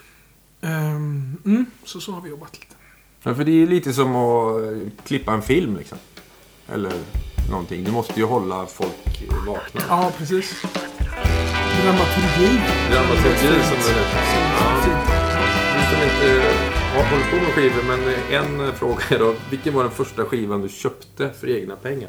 Um, mm, så så har vi jobbat lite. Ja, för det är lite som att klippa en film liksom. Eller någonting. Du måste ju hålla folk vakna. Ja, precis. Dramaturgi. Dramaturgi som det heter. Ja. Du som inte har hållit på med skivor, men en fråga är då. Vilken var den första skivan du köpte för egna pengar?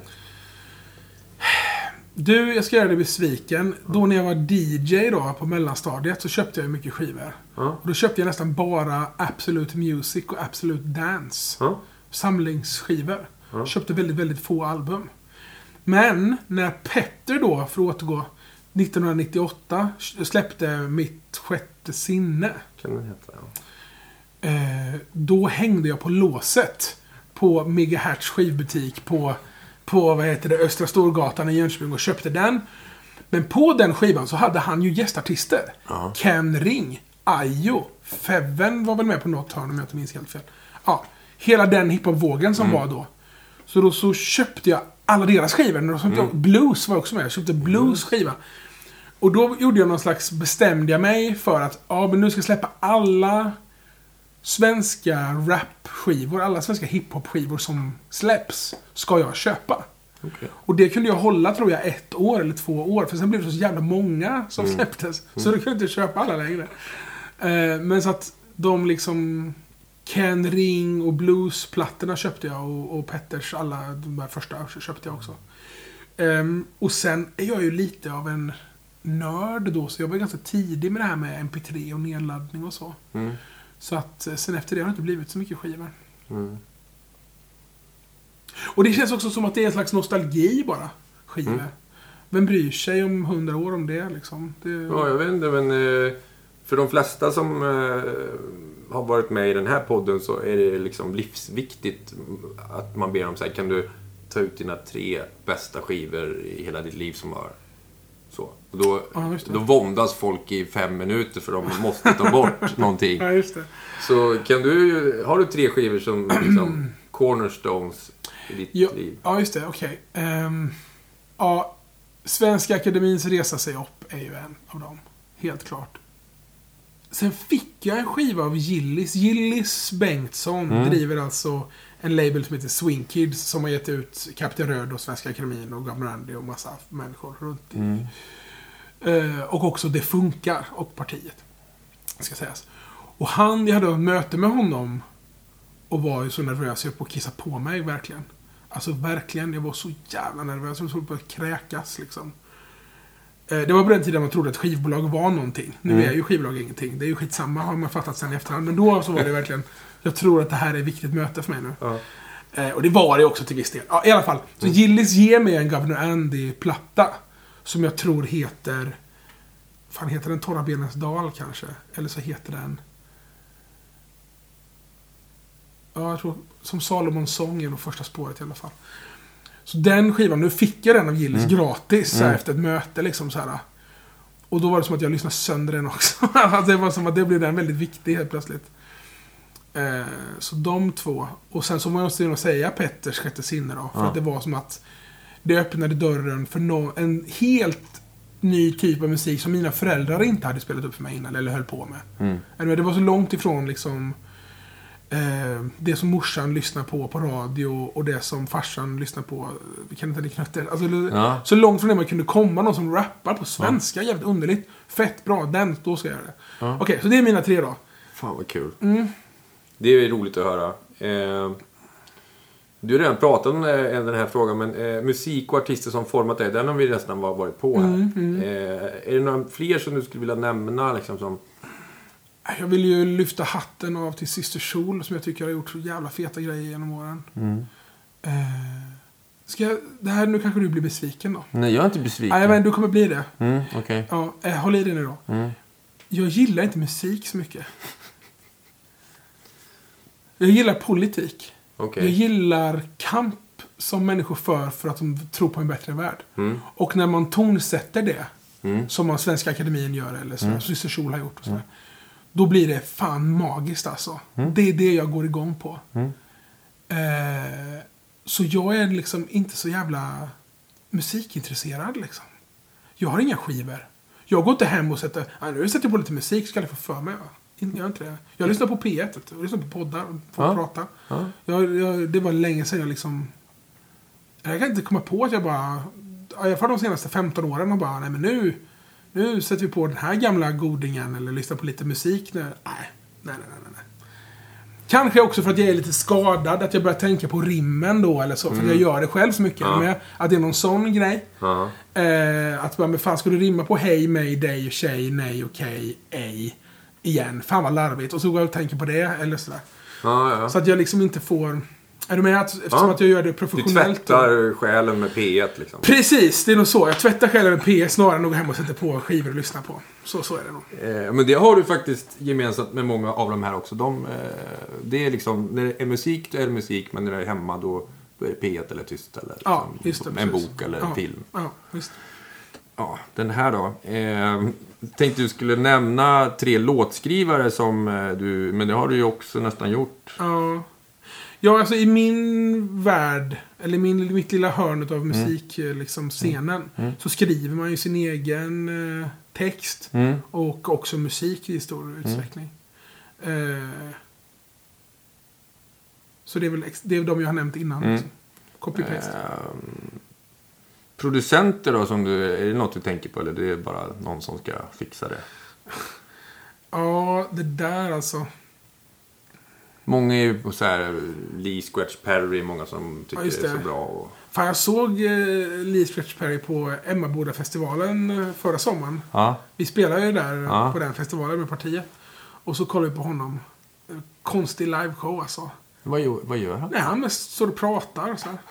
Du, jag ska göra dig besviken. Då när jag var D J då på mellanstadiet så köpte jag mycket skivor. Ja. Och då köpte jag nästan bara Absolute Music och Absolute Dance. Ja. Samlingsskivor. Ja. Köpte väldigt, väldigt få album. Men när Petter då, för att återgå, nittonhundranittioåtta släppte Mitt sjätte sinne. Kan det heta, ja. Eh, då hängde jag på låset på Megahertz skivbutik på, på vad heter det, Östra Storgatan i Jönköping och köpte den. Men på den skivan så hade han ju gästartister. Uh-huh. Ken Ring, Ayo, Feven var väl med på något hörn om jag inte minns helt fel. Ja, hela den hiphop-vågen som mm. var då. Så då så köpte jag alla deras skivor. Och så mm. Blues var också med. Jag köpte Blues skiva. Och då gjorde jag någon slags, bestämde jag mig för att ja, men nu ska jag släppa alla svenska rap-skivor, alla svenska hiphop-skivor som släpps ska jag köpa. Okay. Och det kunde jag hålla, tror jag, ett år eller två år. För sen blev det så jävla många som mm. släpptes. Så mm. då kunde jag inte köpa alla längre. Eh, men så att de liksom... Ken Ring och Blues-plattorna köpte jag. Och, och Petters, alla de där första köpte jag också. Um, och sen är jag ju lite av en nörd då. Så jag var ganska tidig med det här med M P tre och nedladdning och så. Mm. Så att sen efter det har det inte blivit så mycket skivor. Mm. Och det känns också som att det är en slags nostalgi bara. Skivor. Mm. Vem bryr sig om hundra år om det liksom? Det... Ja, jag vet inte, men för de flesta som har varit med i den här podden så är det liksom livsviktigt att man ber om så här, kan du ta ut dina tre bästa skivor i hela ditt liv som har så. Och då, ja, då våndas folk i fem minuter för de måste ta bort någonting. Ja, just det. Så kan du, har du tre skivor som liksom cornerstones i ditt ja, liv? Ja, just det. Okej. Okay. Um, ja, Svenska Akademins Resa sig upp är ju en av dem. Helt klart. Sen fick jag en skiva av Gillis. Gillis Bengtsson mm. driver alltså en label som heter Swing Kids som har gett ut Kapten Röd och Svenska Akademin och Gamla Randy och massa människor runt i. Mm. Uh, och också Det Funkar och partiet, ska sägas. Och han, jag hade ett möte med honom och var ju så nervös jag på att kissa på mig, verkligen. Alltså verkligen, jag var så jävla nervös. Jag såg på att kräkas liksom. Det var på den tiden man trodde att skivbolag var någonting. Nu mm. är ju skivbolag ingenting. Det är ju skitsamma, har man fattat sen i efterhand. Men då så var det verkligen, jag tror att det här är ett viktigt möte för mig nu. Ja. Eh, och det var det också till viss del. Ja, i alla fall. Så mm. Gillis ger mig en Governor Andy-platta. Som jag tror heter... Fan, heter den Torra benens dal kanske? Eller så heter den... Ja, jag tror... Som Salomons sång är nog första spåret i alla fall. Så den skivan, nu fick jag den av Gillis mm. gratis mm. Så här, efter ett möte liksom så här. Och då var det som att jag lyssnade sönder den också. Det var som att det blev den väldigt viktig helt plötsligt. Eh, så de två. Och sen så måste jag nog säga Petters sjätte sinne då. För ja. Att det var som att det öppnade dörren för no- en helt ny typ av musik som mina föräldrar inte hade spelat upp för mig innan eller höll på med. Mm. Det var så långt ifrån liksom eh, det som morsan lyssnar på på radio och det som farsan lyssnar på. Vi kan inte knötter. Alltså, ja. Så långt från det man kunde komma någon som rappar på svenska. Ja. Jävligt underligt. Fett bra. Den, då ska jag göra det. Ja. Okej, okay, så det är mina tre då. Fan vad kul. Mm. Det är roligt att höra. Eh, du har redan pratat om eh, den här frågan, men eh, musik och artister som format dig, den har vi nästan varit på här. Mm, mm. Eh, är det några fler som du skulle vilja nämna? Liksom, som... Jag vill ju lyfta hatten av till Sister Sol, som jag tycker har gjort så jävla feta grejer genom åren. Mm. Eh, ska jag, det här, nu kanske du blir besviken då. Nej, jag är inte besviken. Nej, men du kommer bli det. Mm, okay. Ja, eh, håll i dig nu då. Mm. Jag gillar inte musik så mycket. Jag gillar politik. Okay. Jag gillar kamp som människor för för att de tror på en bättre värld. Mm. Och när man tonsätter det, mm. som man Svenska Akademin gör, eller så, mm. Syster Sol har gjort och så, mm. då blir det fan magiskt alltså. Mm. Det är det jag går igång på. Mm. Eh, så jag är liksom inte så jävla musikintresserad liksom. Jag har inga skivor. Jag går inte hem och sätter, ah, nu sätter jag på lite musik, ska jag få för mig, va? Jag gör inte det. Jag lyssnar på P ett. Jag lyssnar på poddar. Folk ja. Prata. Ja. Jag, jag, det var länge sedan jag liksom... Jag kan inte komma på att jag bara... Jag för de senaste femton åren och bara... Nej, men nu... Nu sätter vi på den här gamla godingen. Eller lyssnar på lite musik. Nu. Nej, nej, nej, nej, nej. Kanske också för att jag är lite skadad. Att jag börjar tänka på rimmen då. Eller så. För mm. jag gör det själv så mycket. Ja. Men att det är någon sån grej. Ja. Eh, att bara, men fan, ska du rimma på hej, mig, dig, tjej, nej, okej, ej. Igen. Fan vad larvigt. Och så går jag och tänker på det. Eller sådär. Ja, ja. Så att jag liksom inte får... Är du med? Att, eftersom ja. Att jag gör det professionellt. Du tvättar själen med P ett liksom. Precis, det är nog så. Jag tvättar själen med P ett snarare än att gå hem och sätta på skivor och lyssna på. Så, så är det nog. Eh, men det har du faktiskt gemensamt med många av de här också. De, eh, det är liksom... När det är musik, då är det musik. Men när det är hemma, då, då är det P ett eller tyst. Eller liksom, ja, just det, en precis. bok eller ja. en film. Ja, just Ja, den här då. Eh, tänkte du skulle nämna tre låtskrivare som eh, du... Men det har du ju också nästan gjort. Ja. Ja, alltså i min värld, eller min, mitt lilla hörn av musik, mm. liksom scenen, mm. så skriver man ju sin egen eh, text mm. och också musik i stor utsträckning. Mm. Eh, så det är väl det är de jag har nämnt innan. Mm. Liksom. Copy-paste. Eh, producenter då, som du, är det något du tänker på, eller det är bara någon som ska fixa det? Ja, det där alltså... Många är ju på så här Lee Scratch Perry, många som tycker ja, det. det är så bra. Och... Fan, jag såg eh, Lee Scratch Perry på Emmaboda-festivalen eh, förra sommaren. Ja. Vi spelade ju där ja. på den festivalen med partiet. Och så kollade vi på honom. Konstig liveshow alltså. Vad gör, vad gör han? Nej, han mest står och pratar och så här.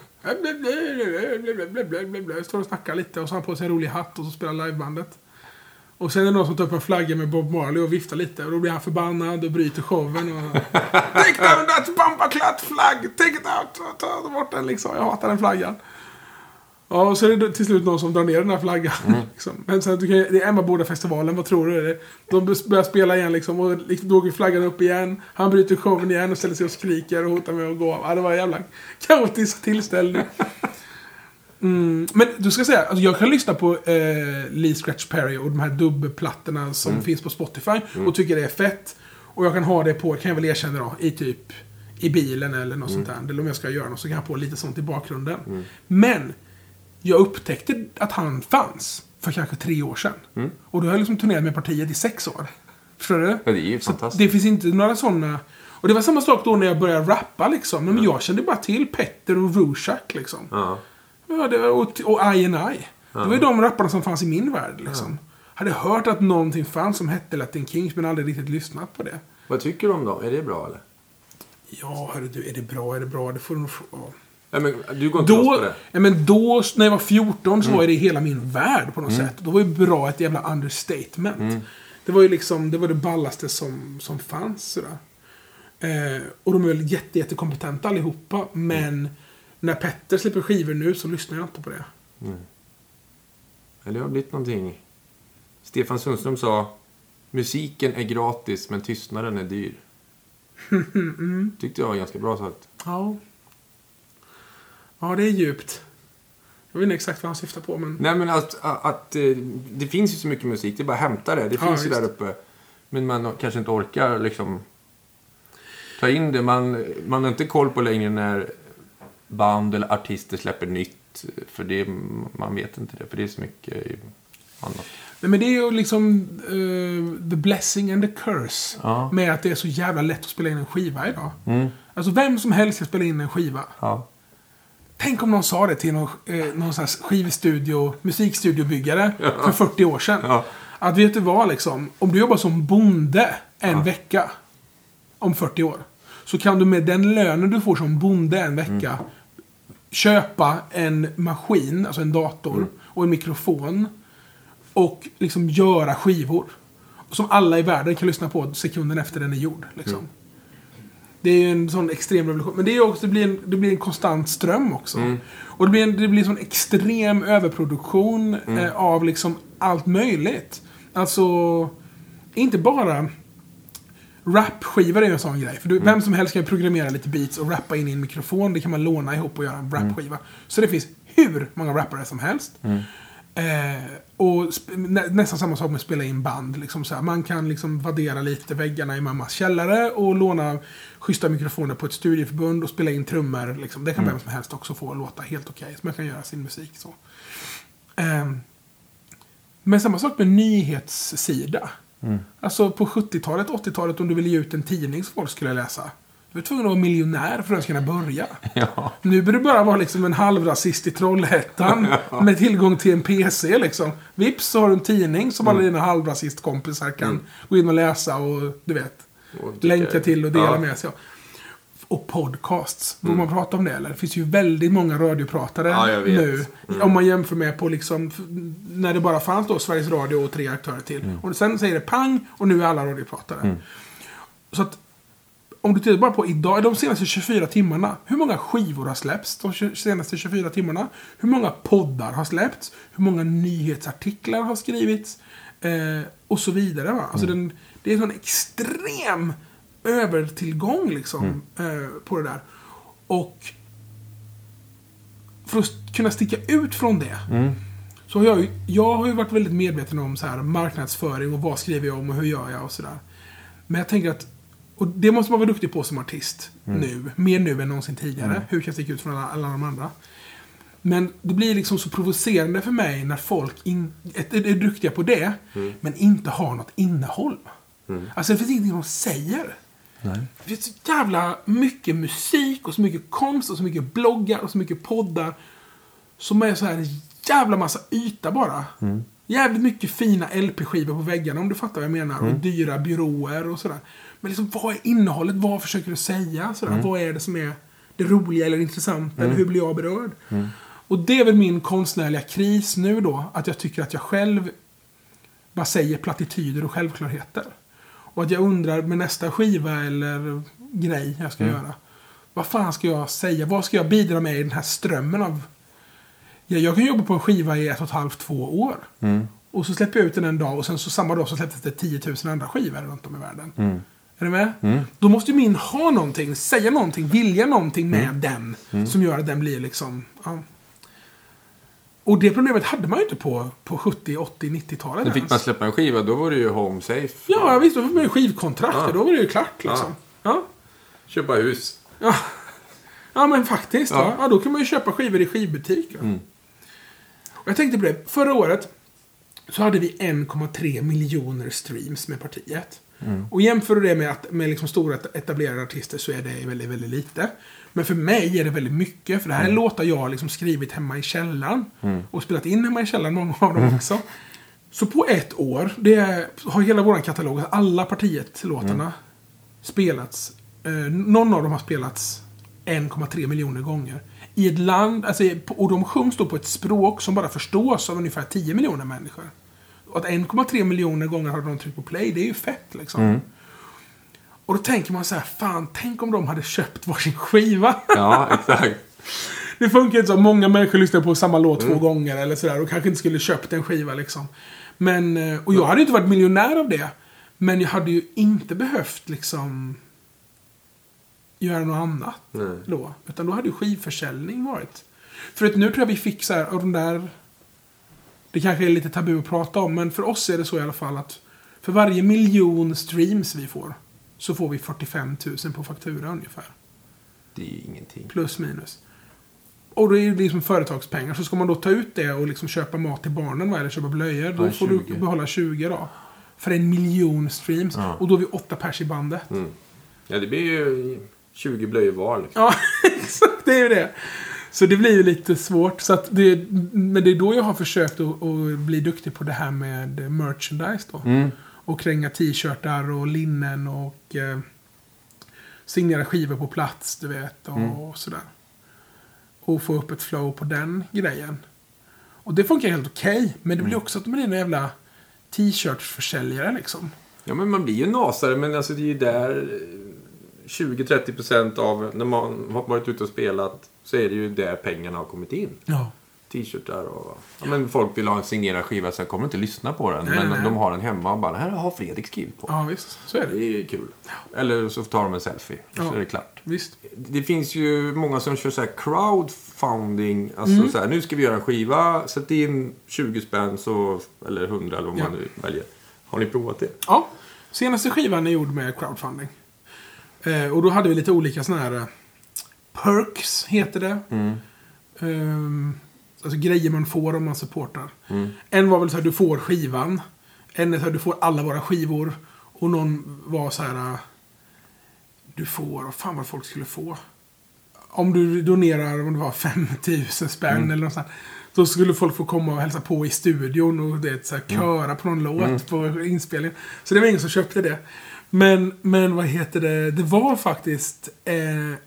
Står och snackar lite och så har han på sig en rolig hatt och så spelar livebandet. Och sen är det någon som tar upp en flagga med Bob Marley och viftar lite. Och då blir han förbannad och bryter showen. Och... Take down that bumperclatt flag! Take it out! Ta, ta bort den liksom. Jag hatar den flaggan. Ja, och så är det till slut någon som drar ner den här flaggan. Mm. Liksom. Men sen, du kan, det är Emmaboda-festivalen, vad tror du är det? De börjar spela igen liksom. Och då går flaggan upp igen. Han bryter showen igen och ställer sig och skriker och hotar med att gå av. Ja, det var en jävla kaotisk tillställning. Mm, men du ska säga, alltså jag kan lyssna på eh, Lee Scratch Perry och de här dubbelplattorna som mm. finns på Spotify mm. och tycker det är fett. Och jag kan ha det på, kan jag väl erkänna då, i typ i bilen eller något mm. sånt där. Eller om jag ska göra något så kan jag ha på lite sånt i bakgrunden. Mm. Men jag upptäckte att han fanns för kanske tre år sedan. Mm. Och då har jag liksom turnerat med partiet i sex år. Förstår du? Ja, det är ju fantastiskt. Det finns inte några sådana... Och det var samma sak då när jag började rappa liksom. Men mm. jag kände bara till Petter och Rushak liksom. Ja. Ja, det var, och, och I and I. Ja. Det var ju de rapparna som fanns i min värld liksom. Ja. Hade hört att någonting fanns som hette Latin Kings men aldrig riktigt lyssnat på det. Vad tycker du om dem? Är det bra eller? Ja, hörru du, är det bra, är det bra? Det får du nog få... Ja, men du går inte då, loss på det. Ja, men då, när jag var fjorton, så mm. var det hela min värld på något mm. sätt. Då var ju bra ett jävla understatement. Mm. Det var ju liksom, det var det ballaste som, som fanns. Sådär. Eh, och de är väl jätte, jättekompetenta allihopa. Men mm. när Petter släpper skivor nu så lyssnar jag inte på det. Mm. Eller det har blivit någonting. Stefan Sundström sa: musiken är gratis men tystnaden är dyr. mm. Tyckte jag var ganska bra sagt. Ja. Ja, det är djupt. Jag vet inte exakt vad han syftar på, men... Nej, men att, att, att det finns ju så mycket musik. Det är bara att hämta det. Det finns ja, ju där uppe. Men man kanske inte orkar liksom ta in det. Man, man har inte koll på längre när band eller artister släpper nytt. För det, man vet inte det. För det är så mycket annat. Nej, men det är ju liksom uh, the blessing and the curse. Ja. Med att det är så jävla lätt att spela in en skiva idag. Mm. Alltså vem som helst kan spela in en skiva. Ja. Tänk om någon sa det till någon, eh, någon sån här skivstudio, musikstudiobyggare ja. för fyrtio år sedan. Ja. Att vet du vad liksom, om du jobbar som bonde en ja. vecka om fyrtio år. Så kan du med den lönen du får som bonde en vecka mm. köpa en maskin, alltså en dator mm. och en mikrofon. Och liksom göra skivor. Som alla i världen kan lyssna på sekunden efter den är gjord. Liksom. Mm. Det är ju en sån extrem revolution. Men det, är också, det, blir, en, det blir en konstant ström också. Mm. Och det blir en det blir en sån extrem överproduktion mm. eh, av liksom allt möjligt. Alltså, inte bara rapskivor är en sån grej. För du, mm. vem som helst kan programmera lite beats och rappa in i en mikrofon. Det kan man låna ihop och göra en rapskiva. Mm. Så det finns hur många rappare som helst. Mm. Eh, och sp- nä- nästan samma sak med att spela in band liksom så här. Man kan liksom vaddera lite väggarna i mammas källare och låna schyssta mikrofoner på ett studieförbund och spela in trummor liksom. Det kan mm. vem som helst också få låta helt okej, så man kan göra sin musik så. eh, Men samma sak med nyhetssida. mm. Alltså på sjuttiotalet, åttiotalet, om du ville ge ut en tidning som folk skulle läsa, du är tvungen att vara miljonär för att kunna börja. Ja. Nu bör det bara vara liksom en halvrasist i Trollhättan ja. med tillgång till en P C. Liksom. Vips, så har du en tidning som mm. alla dina halvrasistkompisar kan mm. gå in och läsa och du vet, och länka till och dela ja. med sig. Och podcasts. Mm. Får man prata om det eller? Det finns ju väldigt många radiopratare ja, nu. Mm. Om man jämför med på liksom, när det bara fanns då Sveriges Radio och tre aktörer till. Mm. Och sen säger det pang och nu är alla radiopratare. Mm. Så att om du tittar bara på idag, de senaste tjugofyra timmarna, hur många skivor har släppts de senaste tjugofyra timmarna? Hur många poddar har släppts? Hur många nyhetsartiklar har skrivits? Eh, och så vidare. Va? Alltså mm. den, det är en sån extrem övertillgång liksom, mm. eh, på det där. Och för att kunna sticka ut från det mm. så har jag ju, jag har ju varit väldigt medveten om så här, marknadsföring och vad skriver jag om och hur gör jag och sådär. Men jag tänker att, och det måste man vara duktig på som artist mm. nu. Mer nu än någonsin tidigare. Mm. Hur kan jag sticka ut från alla, alla de andra? Men det blir liksom så provocerande för mig när folk in, är, är duktiga på det mm. men inte har något innehåll. Mm. Alltså det finns ingenting de säger. Nej. Det finns så jävla mycket musik och så mycket konst och så mycket bloggar och så mycket poddar som är så här en jävla massa yta bara. Mm. Jävligt mycket fina L P-skivor på väggarna om du fattar vad jag menar. Mm. Och dyra byråer och sådär. Men liksom, vad är innehållet? Vad försöker du säga? Sådär. Mm. Vad är det som är det roliga eller intressanta? Mm. Eller hur blir jag berörd? Mm. Och det är väl min konstnärliga kris nu då. Att jag tycker att jag själv bara säger plattityder och självklarheter. Och att jag undrar med nästa skiva eller grej jag ska mm. göra. Vad fan ska jag säga? Vad ska jag bidra med i den här strömmen av... Ja, jag kan jobba på en skiva i ett och ett halvt, två år. Mm. Och så släpper jag ut den en dag och sen så samma dag så släpptes det tio tusen andra skivor runt om i världen. Mm. Är du med? Mm. Då måste ju min ha någonting, säga någonting, vilja någonting med mm. den. Mm. Som gör att den blir liksom... Ja. Och det problemet hade man ju inte på, på sjuttio, åttio, nittio-talet. Då fick ens. Man släppa en skiva, då var det ju home safe. Ja, visst, då fick man ju skivkontrakt. Ja. Då var det ju klart liksom. Ja. Ja. Köpa hus. Ja. Ja, men faktiskt. Ja. Ja. Ja, då kan man ju köpa skivor i skivbutik. Mm. Och jag tänkte på det. Förra året så hade vi en komma tre miljoner streams med partiet. Mm. Och jämför du det med, att, med liksom stora etablerade artister så är det väldigt, väldigt lite. Men för mig är det väldigt mycket. För det här är mm. låtar jag liksom skrivit hemma i källaren. Mm. Och spelat in hemma i källaren, många av dem mm. också. Så på ett år, det har hela vår katalog, alla partiet-låtarna mm. spelats eh, någon av dem har spelats en komma tre miljoner gånger. I ett land, alltså, och de sjungs då på ett språk som bara förstås av ungefär tio miljoner människor. Och att en komma tre miljoner gånger har de tryckt på play, det är ju fett liksom. Mm. Och då tänker man så här, fan, tänk om de hade köpt varsin skiva. Ja, exakt. Det funkar inte så. Många människor lyssnar på samma låt mm. två gånger eller sådär. Och kanske inte skulle köpt en skiva liksom. Men, och jag hade inte varit miljonär av det. Men jag hade ju inte behövt liksom göra något annat Nej. då. Utan då hade ju skivförsäljning varit. För att nu tror jag vi fick så här, och de där, det kanske är lite tabu att prata om. Men för oss är det så i alla fall att för varje miljon streams vi får så får vi fyrtiofem tusen på faktura ungefär. Det är ju ingenting. Plus minus. Och det är ju liksom företagspengar. Så ska man då ta ut det och liksom köpa mat till barnen eller köpa blöjor. Då ja, får du behålla tjugo då. För en miljon streams. Ja. Och då är vi åtta pers i bandet. Mm. Ja, det blir ju tjugo blöjor var liksom. Ja, exakt. Det är ju det. Så det blir ju lite svårt. Så att det, men det är då jag har försökt att, att bli duktig på det här med merchandise då. Mm. Och kränga t-shirtar och linnen och eh, signera skivor på plats, du vet. Och, mm. och sådär. Och få upp ett flow på den grejen. Och det funkar helt okej. Okay, men det blir också att man är en jävla t-shirtförsäljare liksom. Ja, men man blir ju nasare. Men alltså det är ju där tjugo till trettio procent av när man har varit ute och spelat så är det ju där pengarna har kommit in. Ja. T-shirtar och... Ja, men folk vill ha en signerad skiva så jag kommer inte lyssna på den. Nej, men nej. de har den hemma och bara, här har Fredrik skrivit på. Ja, visst. Så är det. Det är kul. Ja. Eller så tar de en selfie. Ja. Så är det klart. Visst. Det finns ju många som kör så här crowdfunding. Alltså mm. så här, nu ska vi göra en skiva. Sätt in tjugo spänn så, eller hundra eller vad man ja. nu väljer. Har ni provat det? Ja. Senaste skivan är gjord med crowdfunding. Eh, och då hade vi lite olika såna här... Uh, perks heter det. Mm. Um, Alltså grejer man får om man supportar. Mm. En var väl så här, du får skivan. En är så här, du får alla våra skivor. Och någon var så här, du får, vad fan vad folk skulle få. Om du donerar, om det var fem tusen spänn mm. eller något sånt. Då skulle folk få komma och hälsa på i studion och det, så här, köra mm. på någon låt mm. på inspelningen. Så det var ingen som köpte det. Men, men vad heter det? Det var faktiskt... Eh,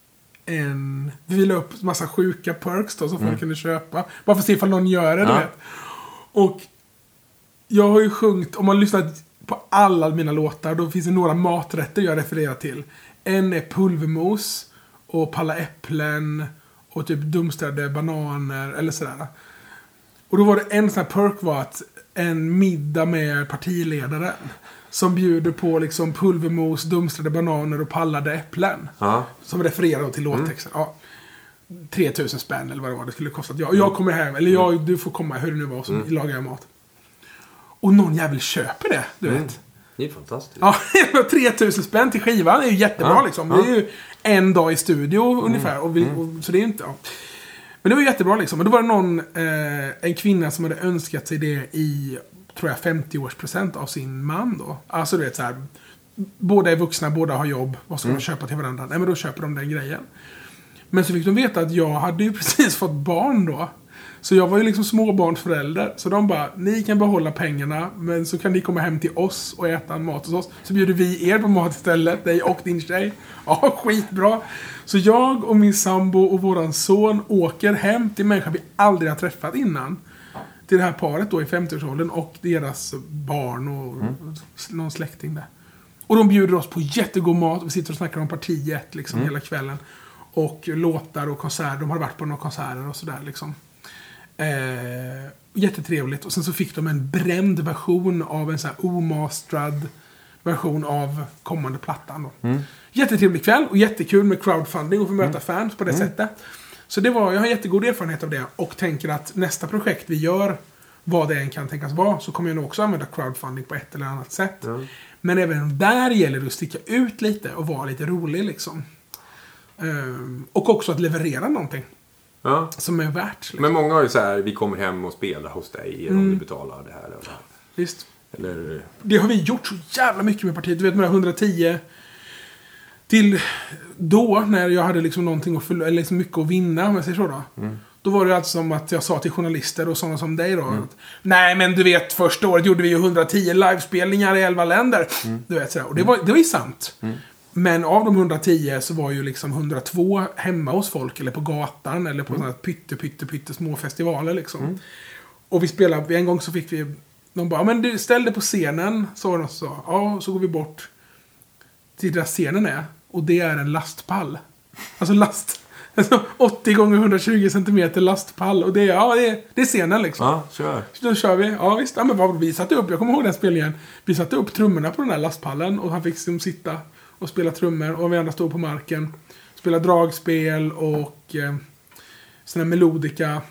En, vi la upp massa sjuka perks då som mm. folk kunde köpa. Bara för att se ifall någon gör det, ja. du vet. Och jag har ju sjungit, om man lyssnar på alla mina låtar, då finns det några maträtter jag refererar till. En är pulvermos och palla äpplen och typ dumstrade bananer eller sådär. Och då var det en sån här perk var att en middag med partiledaren som bjuder på liksom pulvermos, dumstrade bananer och pallade äpplen. Ja. Som refererar till låttexten. Mm. Ja. tre tusen spänn eller vad det var det skulle kosta. Jag, jag kommer hem, eller jag, du får komma, hur det nu var, så mm. lagar jag mat. Och någon jävel köper det, du mm. vet. Det är fantastiskt. Ja, tre tusen spänn till skivan är ju jättebra ja. liksom. Det är ju en dag i studio mm. ungefär. Och vi, och, så det är inte... Ja. Men det var jättebra liksom. Och då var det någon, eh, en kvinna som hade önskat sig det i... tror jag femtio-årspresent av sin man då. Alltså du vet så här, båda är vuxna, båda har jobb. Vad ska mm. de köpa till varandra? Nej, men då köper de den grejen. Men så fick de veta att jag hade ju precis fått barn då. Så jag var ju liksom småbarnsförälder. Så de bara, ni kan behålla pengarna, men så kan ni komma hem till oss och äta mat hos oss. Så bjuder vi er på mat istället, dig och din tjej. Ja, skitbra. Så jag och min sambo och våran son åker hem till människor vi aldrig har träffat innan. Till det här paret då i femtioårsåldern och deras barn och mm. någon släkting där. Och de bjuder oss på jättegod mat. Vi sitter och snackar om partiet liksom mm. hela kvällen. Och låtar och konserter. De har varit på några konserter och sådär liksom. Eh, jättetrevligt. Och sen så fick de en bränd version av en sån här omasterad version av kommande plattan då. Mm. Jättetrevlig kväll och jättekul med crowdfunding och få möta mm. fans på det mm. sättet. Så det var, jag har jättegod erfarenhet av det och tänker att nästa projekt vi gör, vad det än kan tänkas vara, så kommer jag nog också använda crowdfunding på ett eller annat sätt. Mm. Men även där gäller det att sticka ut lite och vara lite rolig liksom. Um, och också att leverera någonting. Ja. Som är värt. Liksom. Men många har ju så här, vi kommer hem och spelar hos dig mm. om du betalar det här och det här. Visst. Eller... Det har vi gjort så jävla mycket med partiet. Du vet med hundratio till då när jag hade liksom någonting att förlora, eller liksom mycket att vinna, om jag säger så då. Mm. Då var det alltså som att jag sa till journalister och sådana som dig då. Mm. Att, nej men du vet, första året gjorde vi ju hundratio livespelningar i elva länder. Mm. Du vet sådär. Och det var, det var ju sant. Mm. Men av de hundratio så var ju liksom hundratvå hemma hos folk eller på gatan eller på mm. sådana pytte, pytte, pytte små festivaler liksom. Mm. Och vi spelade, en gång så fick vi, de bara, men du ställ dig på scenen, sa de så. Ja, så går vi bort till där scenen är. Och det är en lastpall. Alltså last, alltså åttio gånger hundratjugo centimeter lastpall. Och det är, ja, det är, det är scenen liksom. Ja, kör. Så då kör vi. Ja, visst. Ja, men vad, vi satte upp, jag kommer ihåg den spelningen. Vi satte upp trummorna på den här lastpallen. Och han fick liksom sitta och spela trummor. Och vi andra stod på marken. Spela dragspel och eh, såna melodika,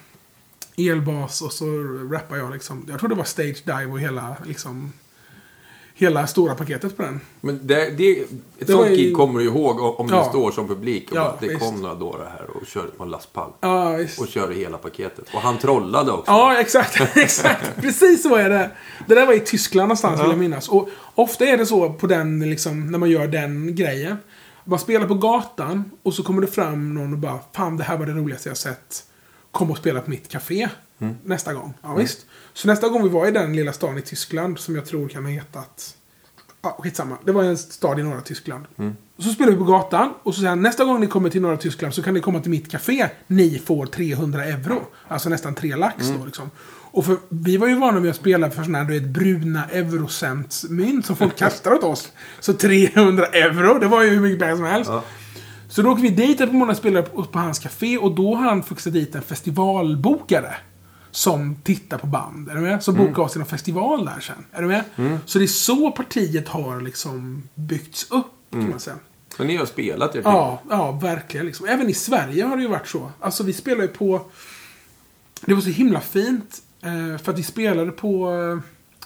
elbas. Och så rappar jag liksom. Jag tror det var stage dive och hela liksom... Hela stora paketet på den. Men det, det, ett det sånt gig kommer du ihåg om ja. du står som publik. Och ja, bara, det visst. kom några dårar här och körde på en lastpall. Ja, visst. Och körde hela paketet. Och han trollade också. Ja, exakt. exakt. Precis så är det. Det där var i Tyskland någonstans, ja. vill jag minnas. Och ofta är det så på den, liksom, när man gör den grejen. Man spelar på gatan och så kommer det fram någon och bara, fan, det här var det roligaste jag sett. Kom och spela på mitt café mm. nästa gång. Ja, mm. visst. Så nästa gång vi var i den lilla stan i Tyskland som jag tror kan ha hetat... Ja, skitsamma. Det var en stad i norra Tyskland. Mm. Och så spelade vi på gatan. Och så säger han, nästa gång ni kommer till norra Tyskland så kan ni komma till mitt café. Ni får trehundra euro. Alltså nästan tre lax mm. då liksom. Och för, vi var ju vana vid att spela för sådana här, du vet, bruna eurocent-mynt som folk kastar åt oss. Så trehundra euro, det var ju hur mycket pengar som helst. Ja. Så då åker vi dit på måndag och spelade på, på hans café. Och då har han fixat dit en festivalbokare. Som tittar på band, är du med? Som mm. bokar av sina festival där sen, är du med? Mm. Så det är så partiet har liksom byggts upp, kan mm. man säga. Så ni har spelat er ja, ja, verkligen liksom. Även i Sverige har det ju varit så. Alltså vi spelar ju på... Det var så himla fint. Eh, för att vi spelade på eh,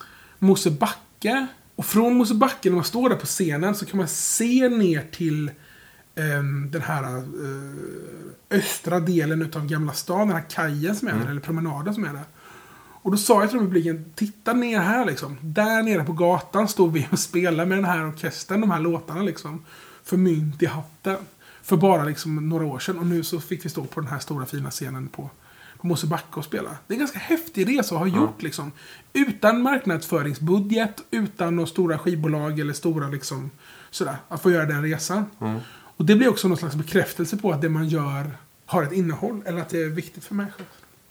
Mosebacke. Och från Mosebacke, när man står där på scenen, så kan man se ner till eh, den här... Eh, östra delen utav Gamla stan, den här kajen som är där, mm. eller promenaden som är där. Och då sa jag till publiken, titta ner här liksom. Där nere på gatan står vi och spelar med den här orkestern, de här låtarna liksom. För mynt i hatten. För bara liksom några år sedan. Och nu så fick vi stå på den här stora fina scenen på, på Mosebacke och spela. Det är en ganska häftig resa att ha gjort mm. liksom. Utan marknadsföringsbudget, utan några stora skivbolag eller stora liksom sådär. Att få göra den resan. Mm. Och det blir också någon slags bekräftelse på att det man gör har ett innehåll. Eller att det är viktigt för människor.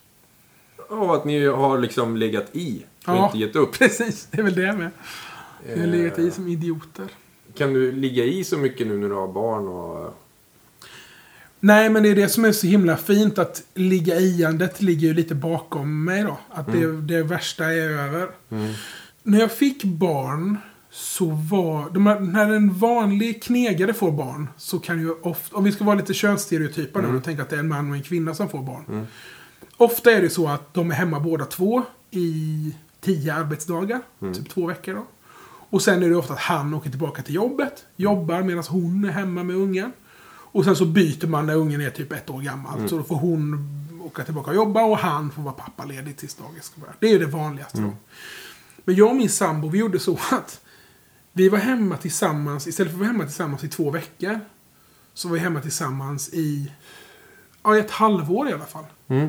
Ja, att ni har liksom legat i och ja, inte gett upp. Precis. Det är väl det med. Vi har legat i som idioter. Kan du ligga i så mycket nu när du har barn? Och... Nej, men det är det som är så himla fint. Att ligga iandet ligger ju lite bakom mig då. Att mm. det, det värsta är över. Mm. När jag fick barn... Så var... De här, när en vanlig knegare får barn så kan ju ofta... Om vi ska vara lite könsstereotypa mm. nu och tänka att det är en man och en kvinna som får barn. Mm. Ofta är det så att de är hemma båda två i tio arbetsdagar. Mm. Typ två veckor då. Och sen är det ofta att han åker tillbaka till jobbet. Jobbar medan hon är hemma med ungen. Och sen så byter man när ungen är typ ett år gammal. Mm. Så då får hon åka tillbaka och jobba och han får vara pappaledig tills dagen ska börja. Det är ju det vanligaste mm. då. Men jag och min sambo, vi gjorde så att vi var hemma tillsammans, istället för att vara hemma tillsammans i två veckor, så var vi hemma tillsammans i ja, ett halvår i alla fall. Mm.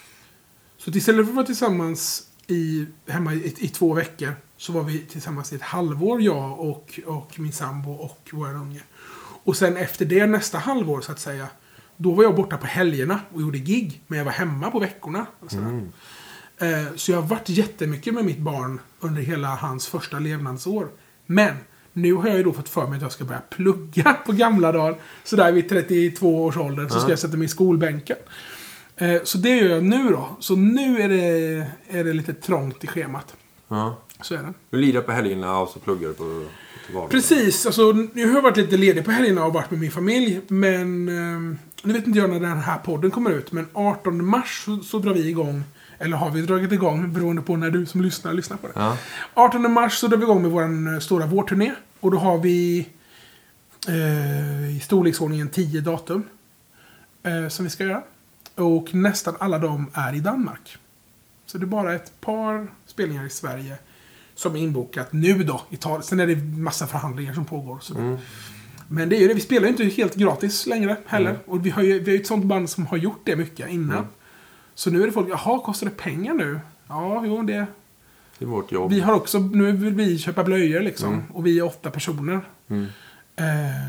Så istället för att vara tillsammans i, hemma i, i två veckor, så var vi tillsammans i ett halvår, jag och, och min sambo och vår unge. Och sen efter det, nästa halvår så att säga, då var jag borta på helgerna och gjorde gig, men jag var hemma på veckorna. Och mm. eh, så jag har varit jättemycket med mitt barn under hela hans första levnadsår. Men nu har jag ju då fått för mig att jag ska börja plugga på gamla dagar. Så där vid trettiotvå års ålder så ska ja. jag sätta mig i skolbänken. Eh, så det gör jag nu då. Så nu är det, är det lite trångt i schemat. Ja. Så är det. Du lirar på helgerna och så pluggar du på vardagen. Precis. Alltså, jag har varit lite ledig på helgerna och varit med min familj. Men eh, nu vet inte jag när den här podden kommer ut. Men artonde mars så, så drar vi igång. Eller har vi dragit igång, beroende på när du som lyssnar lyssnar på det. Ja. artonde mars så drar vi igång med vår stora vårturné. Och då har vi eh, i storleksordningen tio datum eh, som vi ska göra. Och nästan alla de är i Danmark. Så det är bara ett par spelningar i Sverige som är inbokat nu då. Italien. Sen är det massa förhandlingar som pågår. Så mm. Men det är ju det, vi spelar ju inte helt gratis längre heller. Mm. Och vi har ju vi har ett sånt band som har gjort det mycket innan. Mm. Så nu är det folk, jaha, kostar det pengar nu? Ja, jo, det... Det är vårt jobb. Vi har också, nu vill vi köpa blöjor liksom. Mm. Och vi är åtta personer. Mm. Eh,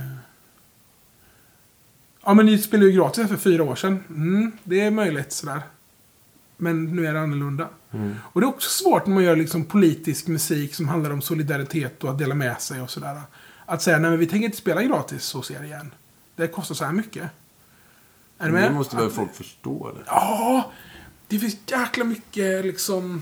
ja, men ni spelade ju gratis för fyra år sedan. Mm, det är möjligt sådär. Men nu är det annorlunda. Mm. Och det är också svårt när man gör liksom politisk musik som handlar om solidaritet och att dela med sig och sådär. Att säga, nej men vi tänker inte spela gratis hos er igen. Det kostar så här mycket. Är du med? Det måste väl folk förstå, eller? Ja, det finns jäkla mycket liksom...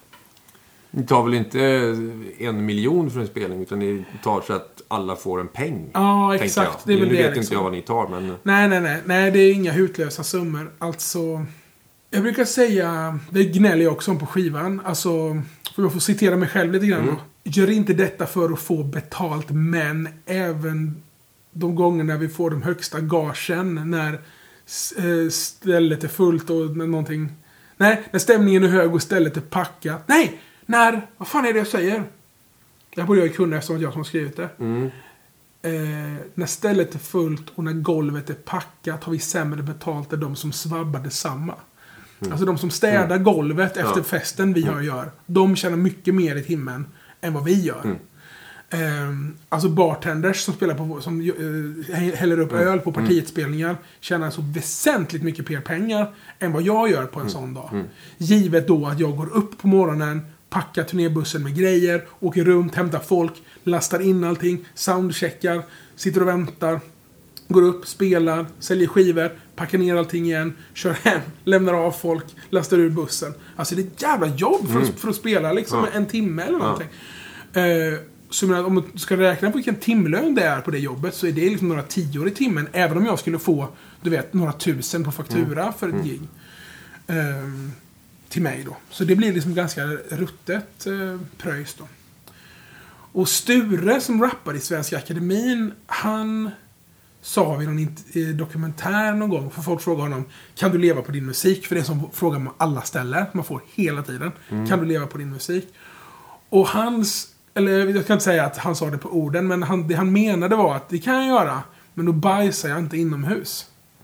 Ni tar väl inte en miljon för en spelning, utan ni tar så att alla får en peng. Ja, exakt. Det är väl nu det, vet liksom. inte jag vad ni tar, men... Nej, nej, nej. Nej, det är inga hutlösa summor. Alltså... Jag brukar säga, det gnäller jag också om på skivan. Alltså, för jag får citera mig själv lite grann. Mm. Gör inte detta för att få betalt, men även de gångerna vi får de högsta gagen när stället är fullt och någonting... Nej, när stämningen är hög och stället är packat. Nej, när... Vad fan är det jag säger? Det här borde jag kunna eftersom jag som har skrivit det. Mm. Eh, när stället är fullt och när golvet är packat har vi sämre betalt än de som svabbar detsamma. Mm. Alltså de som städar mm. golvet efter ja. festen vi mm. gör. De tjänar mycket mer i timmen än vad vi gör. Mm. Eh, alltså bartenders som spelar på som eh, häller upp mm. öl på partietspelningar tjänar så väsentligt mycket mer pengar än vad jag gör på en mm. sån dag. Mm. Givet då att jag går upp på morgonen, packar turnébussen med grejer, åker runt, hämtar folk, lastar in allting, soundcheckar, sitter och väntar, går upp, spelar, säljer skivor, packar ner allting igen, kör hem, lämnar av folk, lastar ur bussen. Alltså det är ett jävla jobb för, mm. att, för att spela liksom ja. en timme eller någonting. Ja. Eh, så om du ska räkna på vilken timlön det är på det jobbet så är det liksom några tior i timmen. Även om jag skulle få, du vet, några tusen på faktura mm. för ett gig. Eh, till mig då. Så det blir liksom ganska ruttet eh, pröjs då. Och Sture som rappar i Svenska Akademin, han sa vid någon int- dokumentär någon gång, för folk frågar honom, kan du leva på din musik? För det är som frågar man alla ställer, man får hela tiden. Mm. Kan du leva på din musik? Och hans, eller jag kan inte säga att han sa det på orden, men han, det han menade var att det kan jag göra, men då bajsar jag inte inomhus.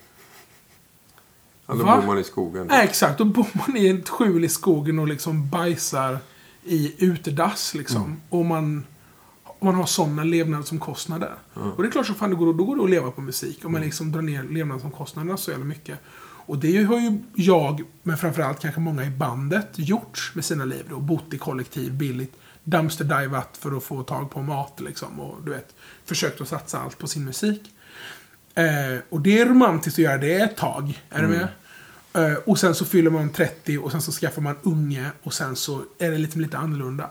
Ja, då Va? bor man i skogen. Nej, exakt, då bor man i ett skjul i skogen och liksom bajsar i utedass liksom. Mm. Och man, man har sådana levnadsomkostnader. Mm. Och det är klart så fan det går, då går det att leva på musik. Om man liksom drar ner levnadsomkostnaderna så jävla mycket. Och det har ju jag, men framförallt kanske många i bandet, gjort med sina liv. Och bott i kollektiv, billigt, dumpster-divat för att få tag på mat liksom. Och du vet, försökt att satsa allt på sin musik. Eh, och det är romantiskt att göra det ett tag. Är mm. du med? Eh, och sen så fyller man trettio och sen så skaffar man unge och sen så är det lite, lite annorlunda.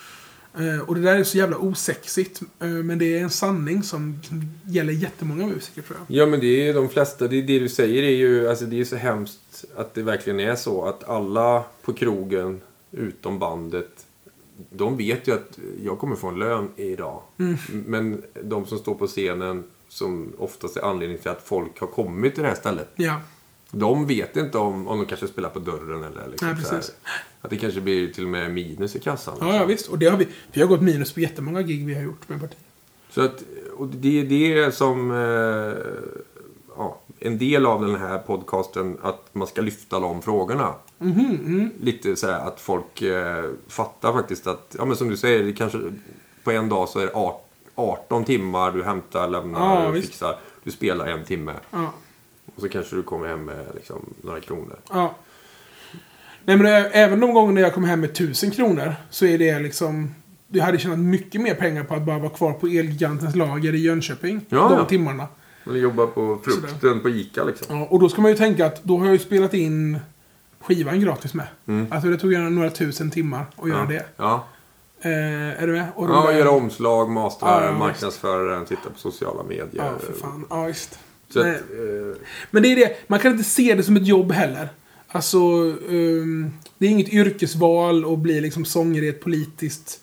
Eh, och det där är så jävla osexigt. Eh, men det är en sanning som gäller jättemånga musiker, tror jag. Ja, men det är de flesta. Det, det du säger är ju, alltså det är så hemskt att det verkligen är så att alla på krogen utom bandet, de vet ju att jag kommer få en lön idag. Mm. Men de som står på scenen, som oftast är anledning till att folk har kommit till det här stället. Ja. De vet inte om, om de kanske spelar på dörren eller liksom. Nej, precis. Att det kanske blir till och med minus i kassan. Ja, ja visst. Och det har vi, vi har gått minus på jättemånga gig vi har gjort med partiet. Så att, och det är det som eh, ja, en del av den här podcasten, att man ska lyfta de frågorna. Mm-hmm, mm. Lite så här att folk eh, fattar faktiskt att, ja men som du säger, det kanske på en dag så är det arton timmar du hämtar, lämnar, ja, fixar. Du spelar en timme. Ja. Och så kanske du kommer hem med liksom, några kronor. Ja. Nej, men det, även de gånger när jag kommer hem med tusen kronor så är det liksom... Du hade tjänat mycket mer pengar på att bara vara kvar på Elgigantens lager i Jönköping. Ja, de ja. timmarna. Eller jobba på frukten Sådär. På Ica liksom. Ja, och då ska man ju tänka att då har jag ju spelat in skivan gratis med. Mm. Alltså det tog ju några tusen timmar att göra ja. det. Ja. Eh, är du med? Och ja, där... göra omslag, mastera, ja, marknadsföra den, titta på sociala medier. Ja, för fan. Ja, visst. Så att, eh... Men det är det. Man kan inte se det som ett jobb heller. Alltså, um, det är inget yrkesval att bli liksom sångare i ett politiskt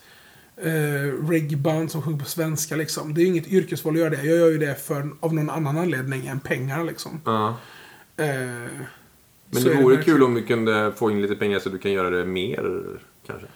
uh, reggaeband som sjunger på svenska liksom. Det är inget yrkesval att göra det. Jag gör ju det för, av någon annan anledning än pengar liksom. Uh. Uh, Men det vore det kul om du kunde få in lite pengar så du kan göra det mer, kanske?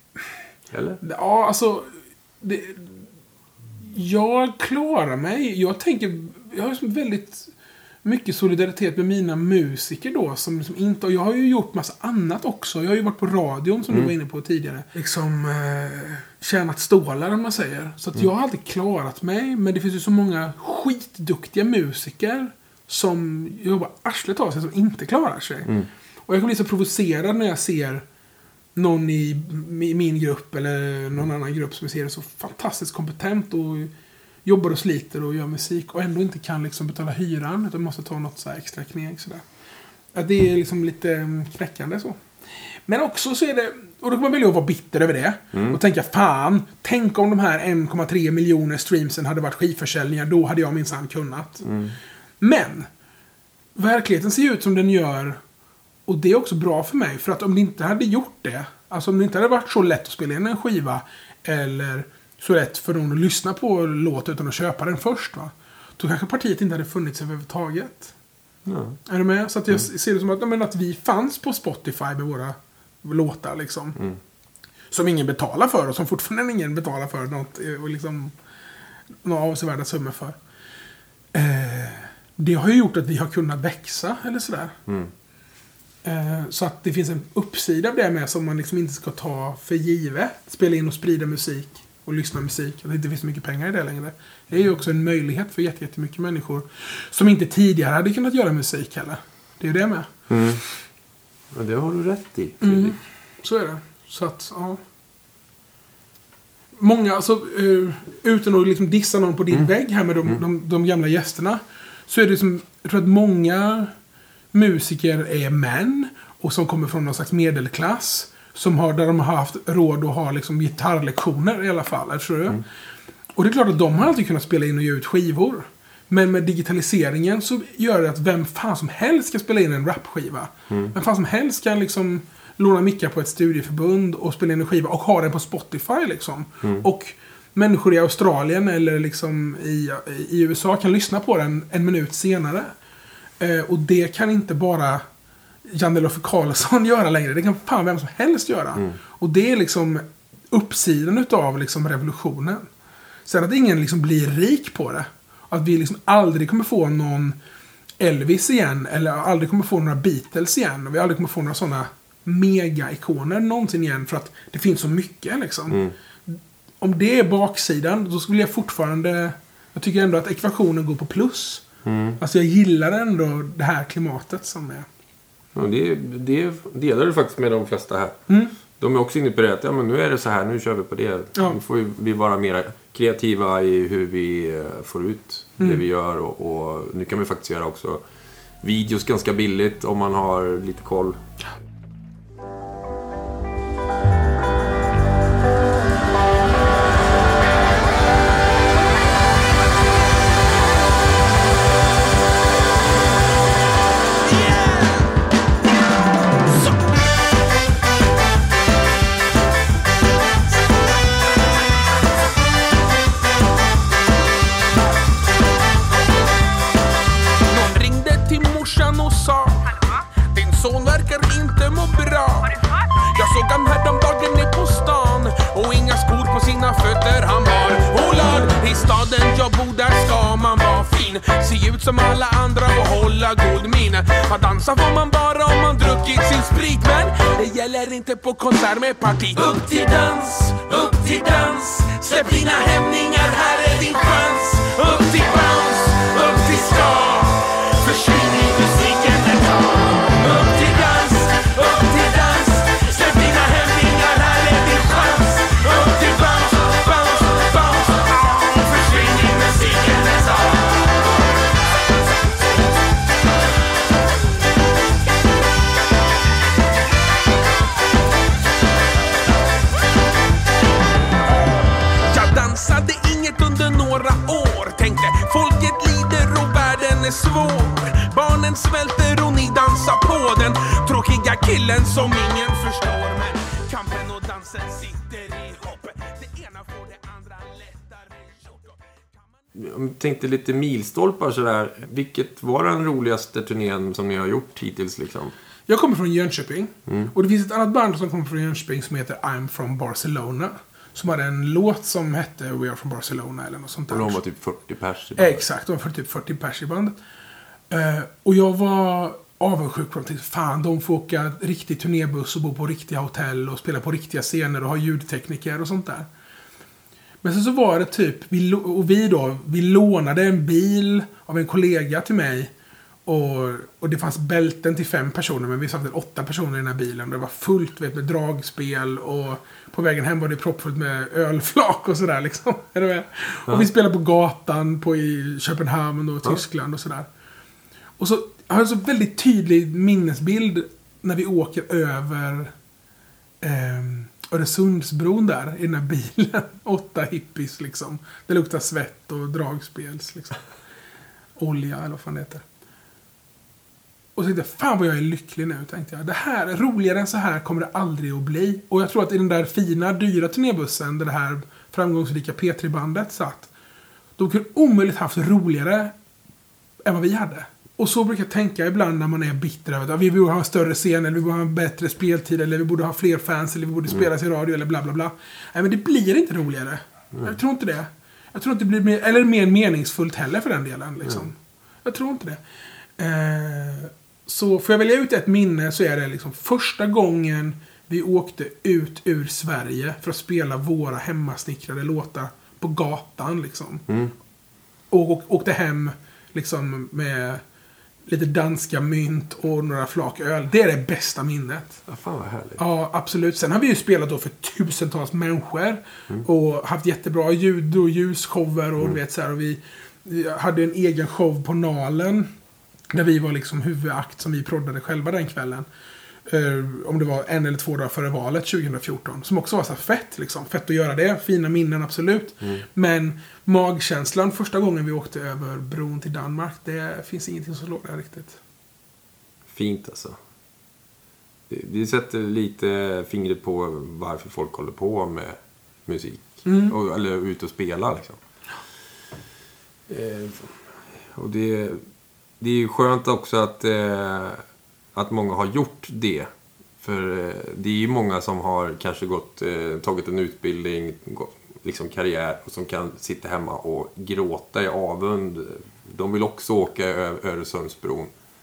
Eller? Ja, alltså... Det, jag klarar mig. Jag tänker... Jag har väldigt... mycket solidaritet med mina musiker då. Som, som inte, och jag har ju gjort massa annat också. Jag har ju varit på radion som mm. du var inne på tidigare. Liksom eh, tjänat stålar om man säger. Så att mm. jag har alltid klarat mig. Men det finns ju så många skitduktiga musiker som jobbar arslet av sig som inte klarar sig. Mm. Och jag kan bli så provocerad när jag ser någon i, i min grupp eller någon annan grupp som ser det så fantastiskt kompetent och jobbar och sliter och gör musik och ändå inte kan liksom betala hyran utan måste ta något så här extra kneg sådär. Att det är liksom lite knäckande så. Men också så är det, och då kan man välja att vara bitter över det mm. och tänka, fan, tänk om de här en komma tre miljoner streamsen hade varit skivförsäljningar, då hade jag minsann kunnat. Mm. Men verkligheten ser ut som den gör. Och det är också bra för mig. För att om det inte hade gjort det. Alltså om det inte hade varit så lätt att spela in en skiva. Eller så lätt för någon att lyssna på låt utan att köpa den först. Va? Då kanske partiet inte hade funnits överhuvudtaget. Mm. Är du med? Så att jag mm. ser det som att, men, att vi fanns på Spotify med våra låtar. Liksom. Mm. Som ingen betalar för. Och som fortfarande ingen betalar för. Något, och liksom, några avsevärda summor för. Eh, det har ju gjort att vi har kunnat växa. Eller sådär. Mm. Så att det finns en uppsida av det med som man liksom inte ska ta för givet. Spela in och sprida musik och lyssna musik. Att det inte finns så mycket pengar i det längre. Det är ju också en möjlighet för jättemycket människor som inte tidigare hade kunnat göra musik heller. Det är ju det med. Mm. Ja, det har du rätt i. Mm. Så är det. Så att, ja. Många, alltså, uh, utan att liksom dissa någon på din mm. vägg här med de, mm. de, de gamla gästerna. Så är det som, jag tror att många musiker är män och som kommer från någon slags medelklass som har, där de har haft råd att ha liksom gitarrlektioner i alla fall, tror du? Mm. Och det är klart att de har alltid kunnat spela in och ge ut skivor. Men med digitaliseringen så gör det att vem fan som helst ska spela in en rapskiva. Mm. Vem fan som helst kan liksom låna mickar på ett studieförbund och spela in en skiva och ha den på Spotify liksom. Mm. Och människor i Australien eller liksom i, i U S A kan lyssna på den en minut senare. Eh, och det kan inte bara Jan-Elof Karlsson göra längre. Det kan fan vem som helst göra. Mm. Och det är liksom uppsidan utav liksom revolutionen. Sen att ingen liksom blir rik på det. Att vi liksom aldrig kommer få någon Elvis igen. Eller aldrig kommer få några Beatles igen. Och vi aldrig kommer få några sådana mega-ikoner någonsin igen. För att det finns så mycket liksom. Mm. Om det är baksidan, då skulle jag fortfarande... Jag tycker ändå att ekvationen går på plus. Mm. Alltså jag gillar ändå det här klimatet som är. Ja, det, det delar du faktiskt med de flesta här. Mm. De är också inne på det att ja, men nu är det så här, nu kör vi på det. Ja. Nu får vi vara mer kreativa i hur vi får ut mm. det vi gör. Och, och nu kan vi faktiskt göra också videos ganska billigt om man har lite koll. Se ut som alla andra och hålla god min. Att dansa får man bara om man druckit sin sprit. Men det gäller inte på konsert med parti. Upp till dans, upp till dans. Släpp dina hämningar, här är din chans. Upp till bounce, upp till ska. Försvinn i musiken ett tag. Upp till dans, upp till dans. Släpp dina hämningar, här är din chans. Upp till bounce, bounce, bounce. Försvinn i musiken ett tag. Svår. Barnen svälter och ni dansar på den tråkiga killen som ingen förstår. Men kampen och dansen sitter ihop. Det ena får det andra lättare gjort. Jag tänkte lite milstolpar sådär. Vilket var den roligaste turnén som ni har gjort hittills liksom? Jag kommer från Jönköping. Mm. Och det finns ett annat band som kommer från Jönköping som heter I'm from Barcelona. Som hade en låt som hette We are from Barcelona eller något sånt där. Och de var typ fyrtio pers i bandet. Exakt, de var typ fyrtio pers i bandet. Eh, och jag var avundsjuk på dem. Fan, de får åka riktig turnébuss och bo på riktiga hotell och spela på riktiga scener och ha ljudtekniker och sånt där. Men sen så var det typ, vi, och vi då, vi lånade en bil av en kollega till mig. Och, och det fanns bälten till fem personer, men vi satt åtta personer i den här bilen. Det var fullt, vet, med dragspel och på vägen hem var det proppfullt med ölflak och sådär liksom. Är du med? Ja. Och vi spelade på gatan på i Köpenhamn och Tyskland och sådär. Och så jag har en så väldigt tydlig minnesbild när vi åker över eh, Öresundsbron där i den här bilen. Åtta hippies liksom. Det luktar svett och dragspels liksom. Olja eller vad fan det heter. Och så tänkte jag, fan vad jag är lycklig nu, tänkte jag. Det här, roligare än så här kommer det aldrig att bli. Och jag tror att i den där fina, dyra turnébussen där det här framgångsrika P tre-bandet satt, de kunde omöjligt haft roligare än vad vi hade. Och så brukar jag tänka ibland när man är bitter över att vi borde ha en större scen, eller vi borde ha en bättre speltid, eller vi borde ha fler fans, eller vi borde mm. spelas i radio, eller bla bla bla. Nej, men det blir inte roligare. Mm. Jag tror inte det. Jag tror inte det blir mer, eller mer meningsfullt heller för den delen. Liksom. Mm. Jag tror inte det. Eh, så får jag välja ut ett minne, så är det liksom första gången vi åkte ut ur Sverige för att spela våra hemmasnickrade låtar på gatan. Liksom. Mm. Och, och åkte hem liksom med lite danska mynt och några flak öl. Det är det bästa minnet. Ja, fan vad härligt. Ja, absolut. Sen har vi ju spelat då för tusentals människor. Mm. Och haft jättebra ljud- och ljusshower. Och, mm. du vet, så här, och vi, vi hade en egen show på Nalen. Där vi var liksom huvudakt som vi proddade själva den kvällen. Uh, om det var en eller två dagar före valet tjugo fjorton. Som också var så fett liksom. Fett att göra det. Fina minnen, absolut. Mm. Men magkänslan första gången vi åkte över bron till Danmark, det finns ingenting som slår där riktigt. Fint alltså. Det, det sätter lite fingret på varför folk håller på med musik. Mm. Och, eller ut och spela liksom. Eh, och det, det är ju skönt också att... Eh, Att många har gjort det. För det är ju många som har kanske gått, eh, tagit en utbildning, gått, liksom karriär, och som kan sitta hemma och gråta i avund. De vill också åka över Öresundsbron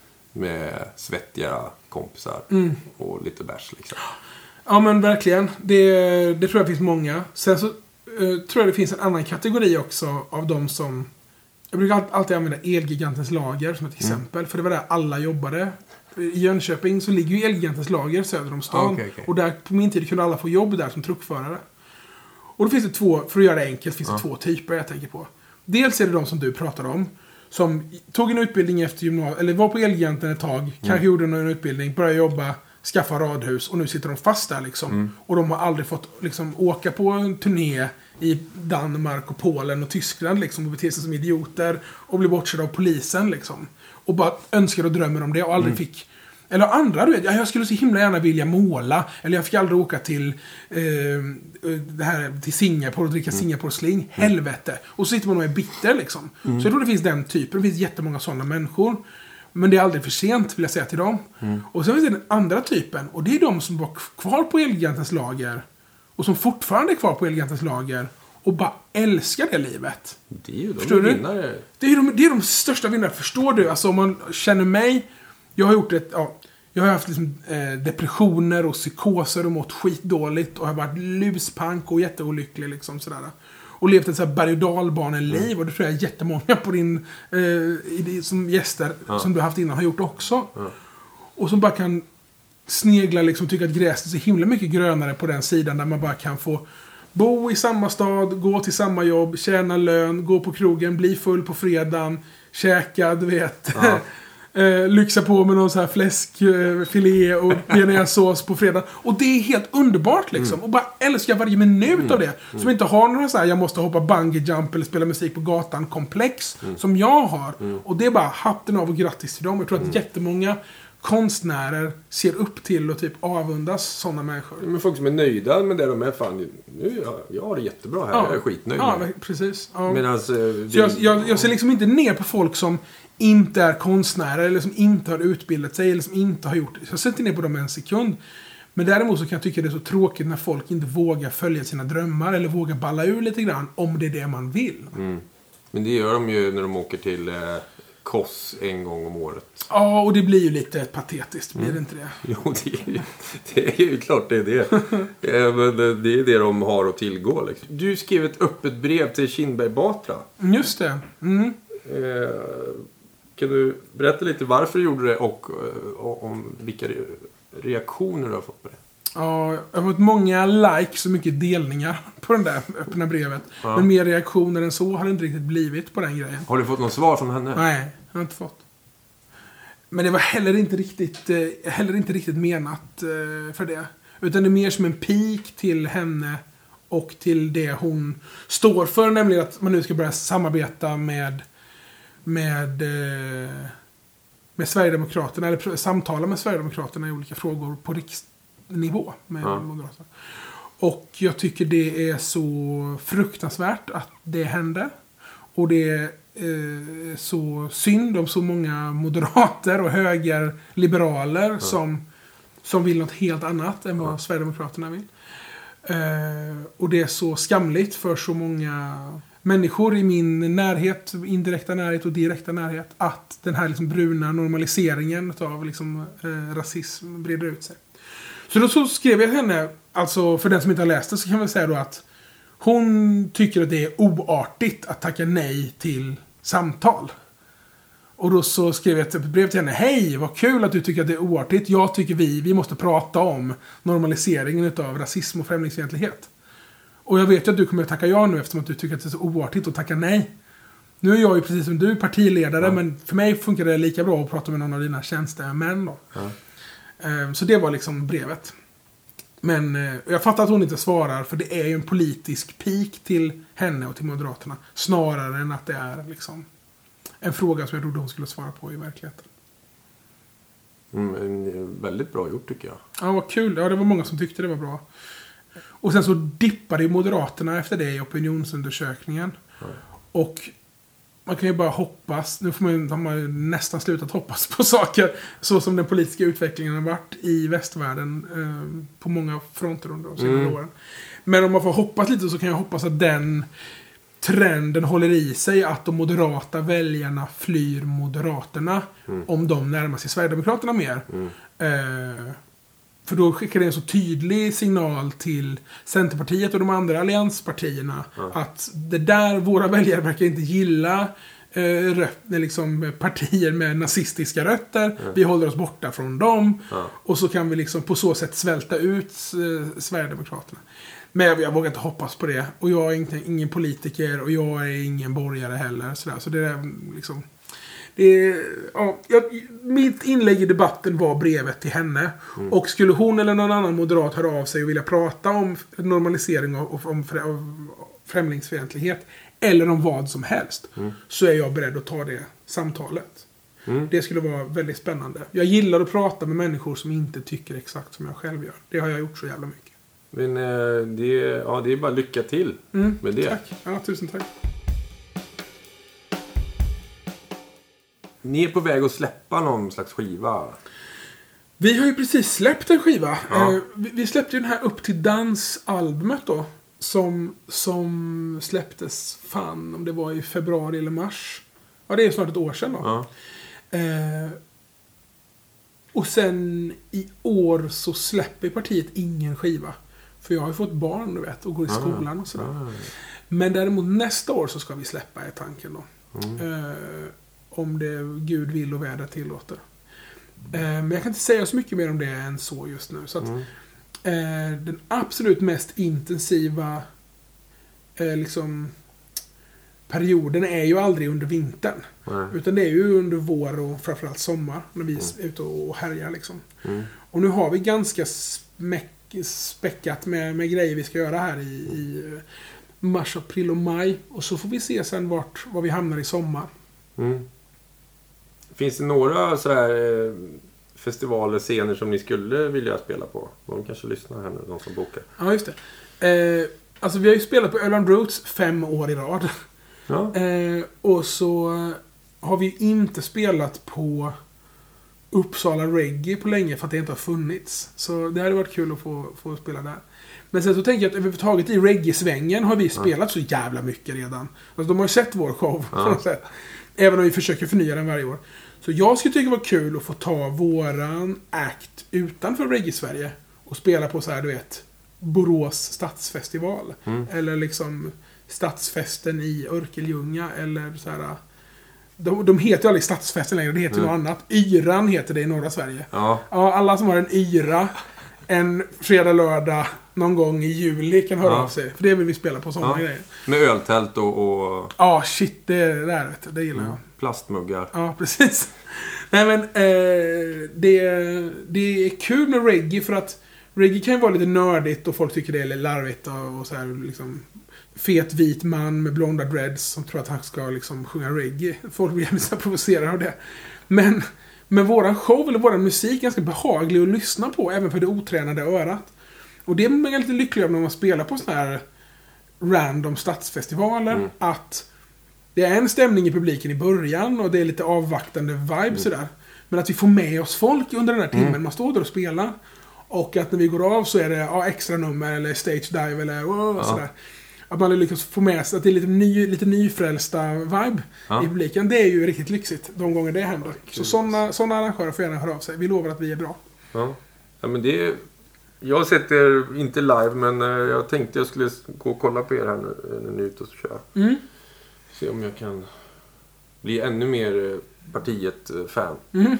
med svettiga kompisar mm. och lite bärs liksom. Ja, men verkligen. Det, det tror jag finns många. Sen så eh, tror jag det finns en annan kategori också av de som... Jag brukar alltid använda Elgigantens lager som ett exempel. Mm. För det var där alla jobbade. I Jönköping så ligger ju Elgigantens lager söder om stan. Okay, okay. Och där på min tid kunde alla få jobb där som truckförare. Och då finns det två, för att göra det enkelt, finns det ja. två typer jag tänker på. Dels är det de som du pratade om. Som tog en utbildning efter gymnasiet, eller var på Elgiganten ett tag. Mm. Kanske gjorde en utbildning, började jobba, skaffa radhus. Och nu sitter de fast där liksom. Mm. Och de har aldrig fått liksom, åka på en turné i Danmark och Polen och Tyskland liksom. Och bete sig som idioter. Och bli bortkörda av polisen liksom. Och bara önskar och drömmer om det och aldrig mm. fick... Eller andra, du vet, jag skulle så himla gärna vilja måla. Eller jag fick aldrig åka till eh, det här, till Singapore och dricka mm. Singapore-sling. Mm. Helvete. Och så sitter man och är bitter liksom. Mm. Så jag tror det finns den typen. Det finns jättemånga sådana människor. Men det är aldrig för sent, vill jag säga till dem. Mm. Och sen finns det den andra typen. Och det är de som var kvar på Elgigantens lager. Och som fortfarande är kvar på Elgigantens lager. Och bara älskar det livet. Det är ju de Förstår vinnare. Du? Det är de, det är de största vinnare. Förstår du? Alltså om man känner mig... Jag har gjort ett... Ja, jag har haft liksom, eh, depressioner och psykoser och mått skitdåligt. Och har varit luspank och jätteolycklig liksom sådär. Och levt ett så här berg- och dalbaneliv. Mm. Och det tror jag är jättemånga på din... Eh, i, som gäster ja. som du har haft innan har gjort också. Ja. Och som bara kan snegla liksom, tycka att gräset är så himla mycket grönare på den sidan. Där man bara kan få... Bo i samma stad, gå till samma jobb, tjäna lön, gå på krogen, bli full på fredagen, käka, du vet. Ja. eh, lyxa på med någon så här fläskfilé och bearnaisesås på fredag. Och det är helt underbart liksom. Mm. Och bara älskar varje minut mm. av det. Som mm. inte har några så här, jag måste hoppa bungee jump eller spela musik på gatan komplex mm. som jag har. Mm. Och det är bara hatten av och grattis till dem. Jag tror att mm. jättemånga konstnärer ser upp till och typ avundas sådana människor. Men folk som är nöjda med det de är, fan, nu, jag, jag har det jättebra här, ja. jag är skitnöjd. Ja, precis. Ja. Medans, det... Så jag, jag, jag ser liksom inte ner på folk som inte är konstnärer eller som inte har utbildat sig eller som inte har gjort det. Jag sätter ner på dem en sekund. Men däremot så kan jag tycka det är så tråkigt när folk inte vågar följa sina drömmar eller vågar balla ur lite grann om det är det man vill. Mm. Men det gör de ju när de åker till... Eh... koss en gång om året. Ja, och det blir ju lite patetiskt, blir mm. det inte det? Jo, det är ju, det är ju klart det är det. Men det är det de har att tillgå. Liksom. Du skrev ett öppet brev till Kinberg Batra. Just det. Mm. Eh, kan du berätta lite varför du gjorde det och, och om vilka reaktioner du har fått på det? Ja, jag har fått många likes och mycket delningar på den där öppna brevet. Ja. Men mer reaktioner än så har det inte riktigt blivit på den grejen. Har du fått något svar från henne? Nej, jag har inte fått. Men det var heller inte riktigt, heller inte riktigt menat för det. Utan det är mer som en pik till henne och till det hon står för. Nämligen att man nu ska börja samarbeta med, med, med Sverigedemokraterna. Eller samtala med Sverigedemokraterna i olika frågor på riksdagen. Nivå med ja. Moderaterna. Och jag tycker det är så fruktansvärt att det hände. Och det är eh, så synd om så många moderater och högerliberaler ja. som, som vill något helt annat än vad ja. Sverigedemokraterna vill. Eh, och det är så skamligt för så många människor i min närhet, indirekta närhet och direkta närhet, att den här liksom bruna normaliseringen av liksom, eh, rasism breder ut sig. Så då så skrev jag henne, alltså för den som inte har läst det så kan man säga då att hon tycker att det är oartigt att tacka nej till samtal. Och då så skrev jag ett brev till henne. Hej, vad kul att du tycker att det är oartigt. Jag tycker vi, vi måste prata om normaliseringen av rasism och främlingsfientlighet. Och jag vet ju att du kommer att tacka ja nu eftersom att du tycker att det är så oartigt att tacka nej. Nu är jag ju precis som du partiledare, ja. Men för mig funkar det lika bra att prata med någon av dina tjänstemän då. Ja. Så det var liksom brevet. Men jag fattar att hon inte svarar, för det är ju en politisk pik till henne och till Moderaterna. Snarare än att det är liksom en fråga som jag trodde hon skulle svara på i verkligheten. Mm, väldigt bra gjort tycker jag. Ja, vad kul. Ja, det var många som tyckte det var bra. Och sen så dippade ju Moderaterna efter det i opinionsundersökningen. Mm. Och man kan ju bara hoppas, nu får man, har man ju nästan slutat hoppas på saker, så som den politiska utvecklingen har varit i västvärlden eh, på många fronter under de senare mm. åren. Men om man får hoppas lite så kan jag hoppas att den trenden håller i sig, att de moderata väljarna flyr Moderaterna mm. om de närmar sig Sverigedemokraterna mer. Mm. Eh, för då skickar det en så tydlig signal till Centerpartiet och de andra allianspartierna mm. att det där, våra väljare verkar inte gilla eh, röt, liksom, partier med nazistiska rötter. Mm. Vi håller oss borta från dem. Mm. Och så kan vi liksom på så sätt svälta ut eh, Sverigedemokraterna. Men jag, jag vågar inte hoppas på det. Och jag är inte, ingen politiker och jag är ingen borgare heller. Sådär. Så det är liksom... Det, ja, jag, mitt inlägg i debatten var brevet till henne. Mm. Och skulle hon eller någon annan moderat höra av sig och vilja prata om normalisering och om främlingsfientlighet eller om vad som helst, mm. så är jag beredd att ta det samtalet. Mm. Det skulle vara väldigt spännande. Jag gillar att prata med människor som inte tycker exakt som jag själv gör. Det har jag gjort så jävla mycket. Men det, ja, det är bara lycka till mm, med det. Tack. Ja, tusen tack. Ni är på väg att släppa någon slags skiva. Vi har ju precis släppt en skiva. Ja. Eh, vi, vi släppte ju den här Upp till dans-albumet då. Som, som släpptes, fan, om det var i februari eller mars. Ja, det är snart ett år sedan då. Ja. Eh, och sen i år så släpper partiet ingen skiva. För jag har ju fått barn, du vet, och går i skolan och sådär. Ja. Men däremot nästa år så ska vi släppa i tanken då. Mm. Eh, om det Gud vill och väder tillåter. Eh, men jag kan inte säga så mycket mer om det än så just nu. Så att, mm. eh, den absolut mest intensiva eh, liksom, perioden är ju aldrig under vintern. Mm. Utan det är ju under vår och framförallt sommar. När vi mm. är ute och härjar. Liksom. Mm. Och nu har vi ganska smäck, späckat med, med grejer vi ska göra här i, i mars, april och maj. Och så får vi se sen vart, var vi hamnar i sommar. Mm. Finns det några så här eh, festivaler, scener som ni skulle vilja spela på? De kanske lyssnar här nu, de som bokar. Ja, just det. Eh, alltså vi har ju spelat på Öland Roots fem år i rad. Ja. Eh, och så har vi inte spelat på Uppsala reggae på länge för att det inte har funnits. Så det hade varit kul att få, få spela där. Men sen så tänker jag att överhuvudtaget i reggae-svängen har vi spelat så jävla mycket redan. Alltså de har ju sett vår show på något sätt. Även om vi försöker förnya den varje år. Så jag skulle tycka det var kul att få ta våran act utanför reggae-Sverige. Och spela på så här, du vet, Borås stadsfestival. Mm. Eller liksom stadsfesten i Örkelljunga. Eller så här... De, de heter ju aldrig stadsfesten längre, det heter mm. något annat. Yran heter det i norra Sverige. Ja. Ja, alla som har en yra en fredag, lördag, någon gång i juli kan höra ja. av sig. För det vill vi spela på sådana ja. grejer. Med öltält och... och... Ja, shit, det är det där, vet du. Det gillar mm. jag. Plastmuggar. Ja, precis. Nej, men eh, det, det är kul med reggae för att reggae kan ju vara lite nördigt och folk tycker det är lite larvigt och, och så här liksom... fet vit man med blonda dreads som tror att han ska liksom sjunga reggae. Folk blir jävligt så provocerade av det. Men med våran show eller våran musik är ganska behaglig att lyssna på även för det otränade örat. Och det är man lite lycklig av när man spelar på såna här random stadsfestivaler mm. att det är en stämning i publiken i början och det är lite avvaktande vibe mm. sådär. Men att vi får med oss folk under den här timmen mm. man står där och spelar och att när vi går av så är det ja, extra nummer eller stage dive eller oh, ja. sådär. Att man lyckas få med sig att det är lite, ny, lite nyfrälsta vibe ja. i publiken. Det är ju riktigt lyxigt de gånger det händer. Ja, så sådana, sådana arrangörer får gärna höra av sig. Vi lovar att vi är bra. Ja, ja men det är... Jag har sett er, inte live, men jag tänkte jag skulle gå och kolla på er här nu när ni är ute och köra. Mm. Se om jag kan bli ännu mer partiet-fan. Mm.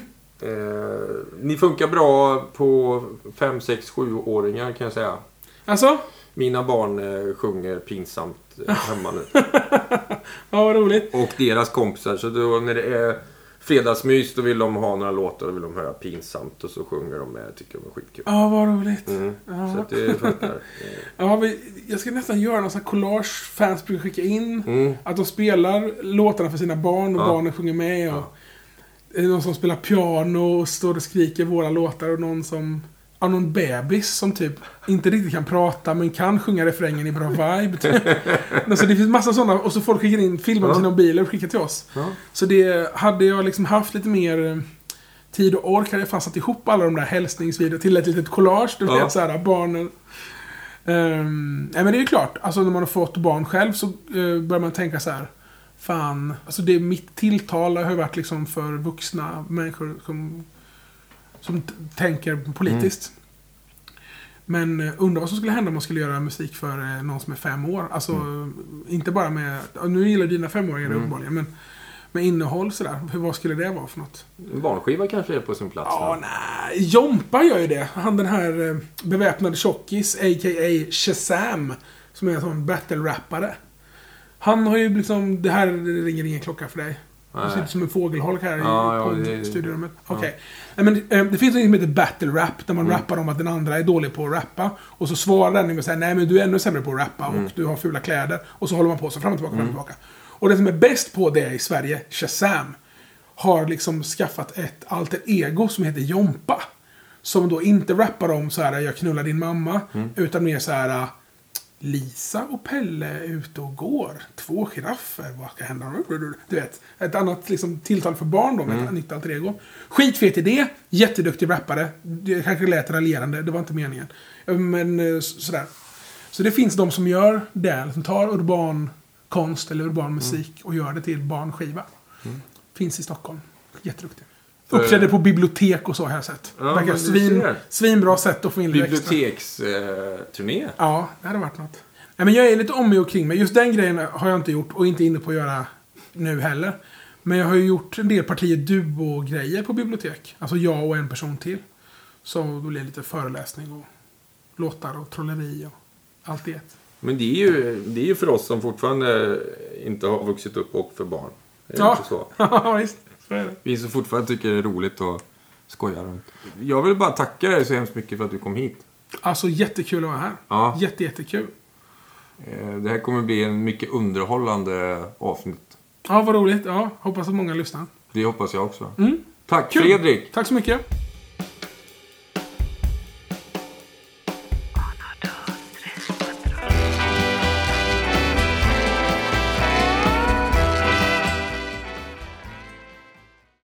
Eh, ni funkar bra på fem, sex, sju-åringar kan jag säga. Alltså? Mina barn eh, sjunger pinsamt eh, hemma nu. Ja, vad roligt. Och deras kompisar. Så då, när det är fredagsmys då vill de ha några låtar och vill de höra pinsamt. Och så sjunger de med, tycker de är skitkul. Ja, vad roligt. Mm. Ja. Så att det funkar. Ja, vi, jag ska nästan göra någon sån här collage fans brukar skicka in. Mm. Att de spelar låtarna för sina barn och ja. barnen sjunger med. Och ja. någon som spelar piano och står och skriker våra låtar och någon som... av någon bebis som typ inte riktigt kan prata men kan sjunga refrängen i bra vibe. Så det finns massa sådana och så folk skickar in filmer med ja. sina mobiler och skickar till oss. Ja. Så det hade jag liksom haft lite mer tid och ork hade jag fan satt ihop alla de där hälsningsvideor till ett litet collage. Du ja. vet såhär, barnen. Um, nej men det är ju klart, alltså när man har fått barn själv så uh, börjar man tänka så här. Fan, alltså det mitt tilltal har varit liksom för vuxna människor som som t- tänker politiskt. Mm. Men uh, undrar vad som skulle hända om man skulle göra musik för uh, någon som är fem år. Alltså, mm. inte bara med... Uh, nu gillar dina femåringar mm. uppenbarligen, men med innehåll sådär. Hur, vad skulle det vara för något? En barnskiva kanske är på sin plats. Ja, nej. Jompa gör ju det. Han den här uh, beväpnade tjockis, a k a. Shazam, som är en sån battle-rappare. Han har ju liksom... Det här ringer ingen klocka för dig. Det ser ut som en fågelholk här ja, i, på ja, det, studierummet. Okej. Okay. Ja. Men eh, det finns något som heter battle rap där man mm. rappar om att den andra är dålig på att rappa och så svarar den med att säga nej men du är ännu sämre på att rappa mm. och du har fula kläder och så håller man på så fram och tillbaka, mm. fram och tillbaka. Och den som är bäst på det i Sverige, Shazam, har liksom skaffat ett alter ego som heter Jompa som då inte rappar om så här jag knullar din mamma mm. utan mer så här Lisa och Pelle är ute och går. Två giraffer. Vad ska hända? Du vet. Ett annat liksom, tilltal för barn då med mm. ett nytt alter ego. Skitfet idé. Jätteduktig rappare. Det kanske lät raljerande. Det var inte meningen. Men sådär. Så det finns de som gör det. Som tar urban konst eller urban musik mm. och gör det till barnskiva. Mm. Finns i Stockholm. Jätteduktig. Uppträdde på bibliotek och så har jag sett. Ja, verkar svin, svinbra sätt att få in biblioteksturné. Eh, ja, det hade varit något. Nej, men jag är lite om mig och kring mig. Just den grejen har jag inte gjort och inte inne på att göra nu heller. Men jag har ju gjort en del partier duo-grejer på bibliotek. Alltså jag och en person till. Så då blir det lite föreläsning och låtar och trolleri och allt det. Men det är ju, det är ju för oss som fortfarande inte har vuxit upp och för barn. Är ja, inte så? Ja visst. Vi som fortfarande tycker det är roligt att skoja runt. Jag vill bara tacka dig så hemskt mycket för att du kom hit. Alltså jättekul att vara här. Ja. Jätte, jättekul. Det här kommer bli en mycket underhållande avsnitt. Ja, vad roligt. Ja, hoppas att många lyssnar. Det hoppas jag också. Mm. Tack kul. Fredrik. Tack så mycket.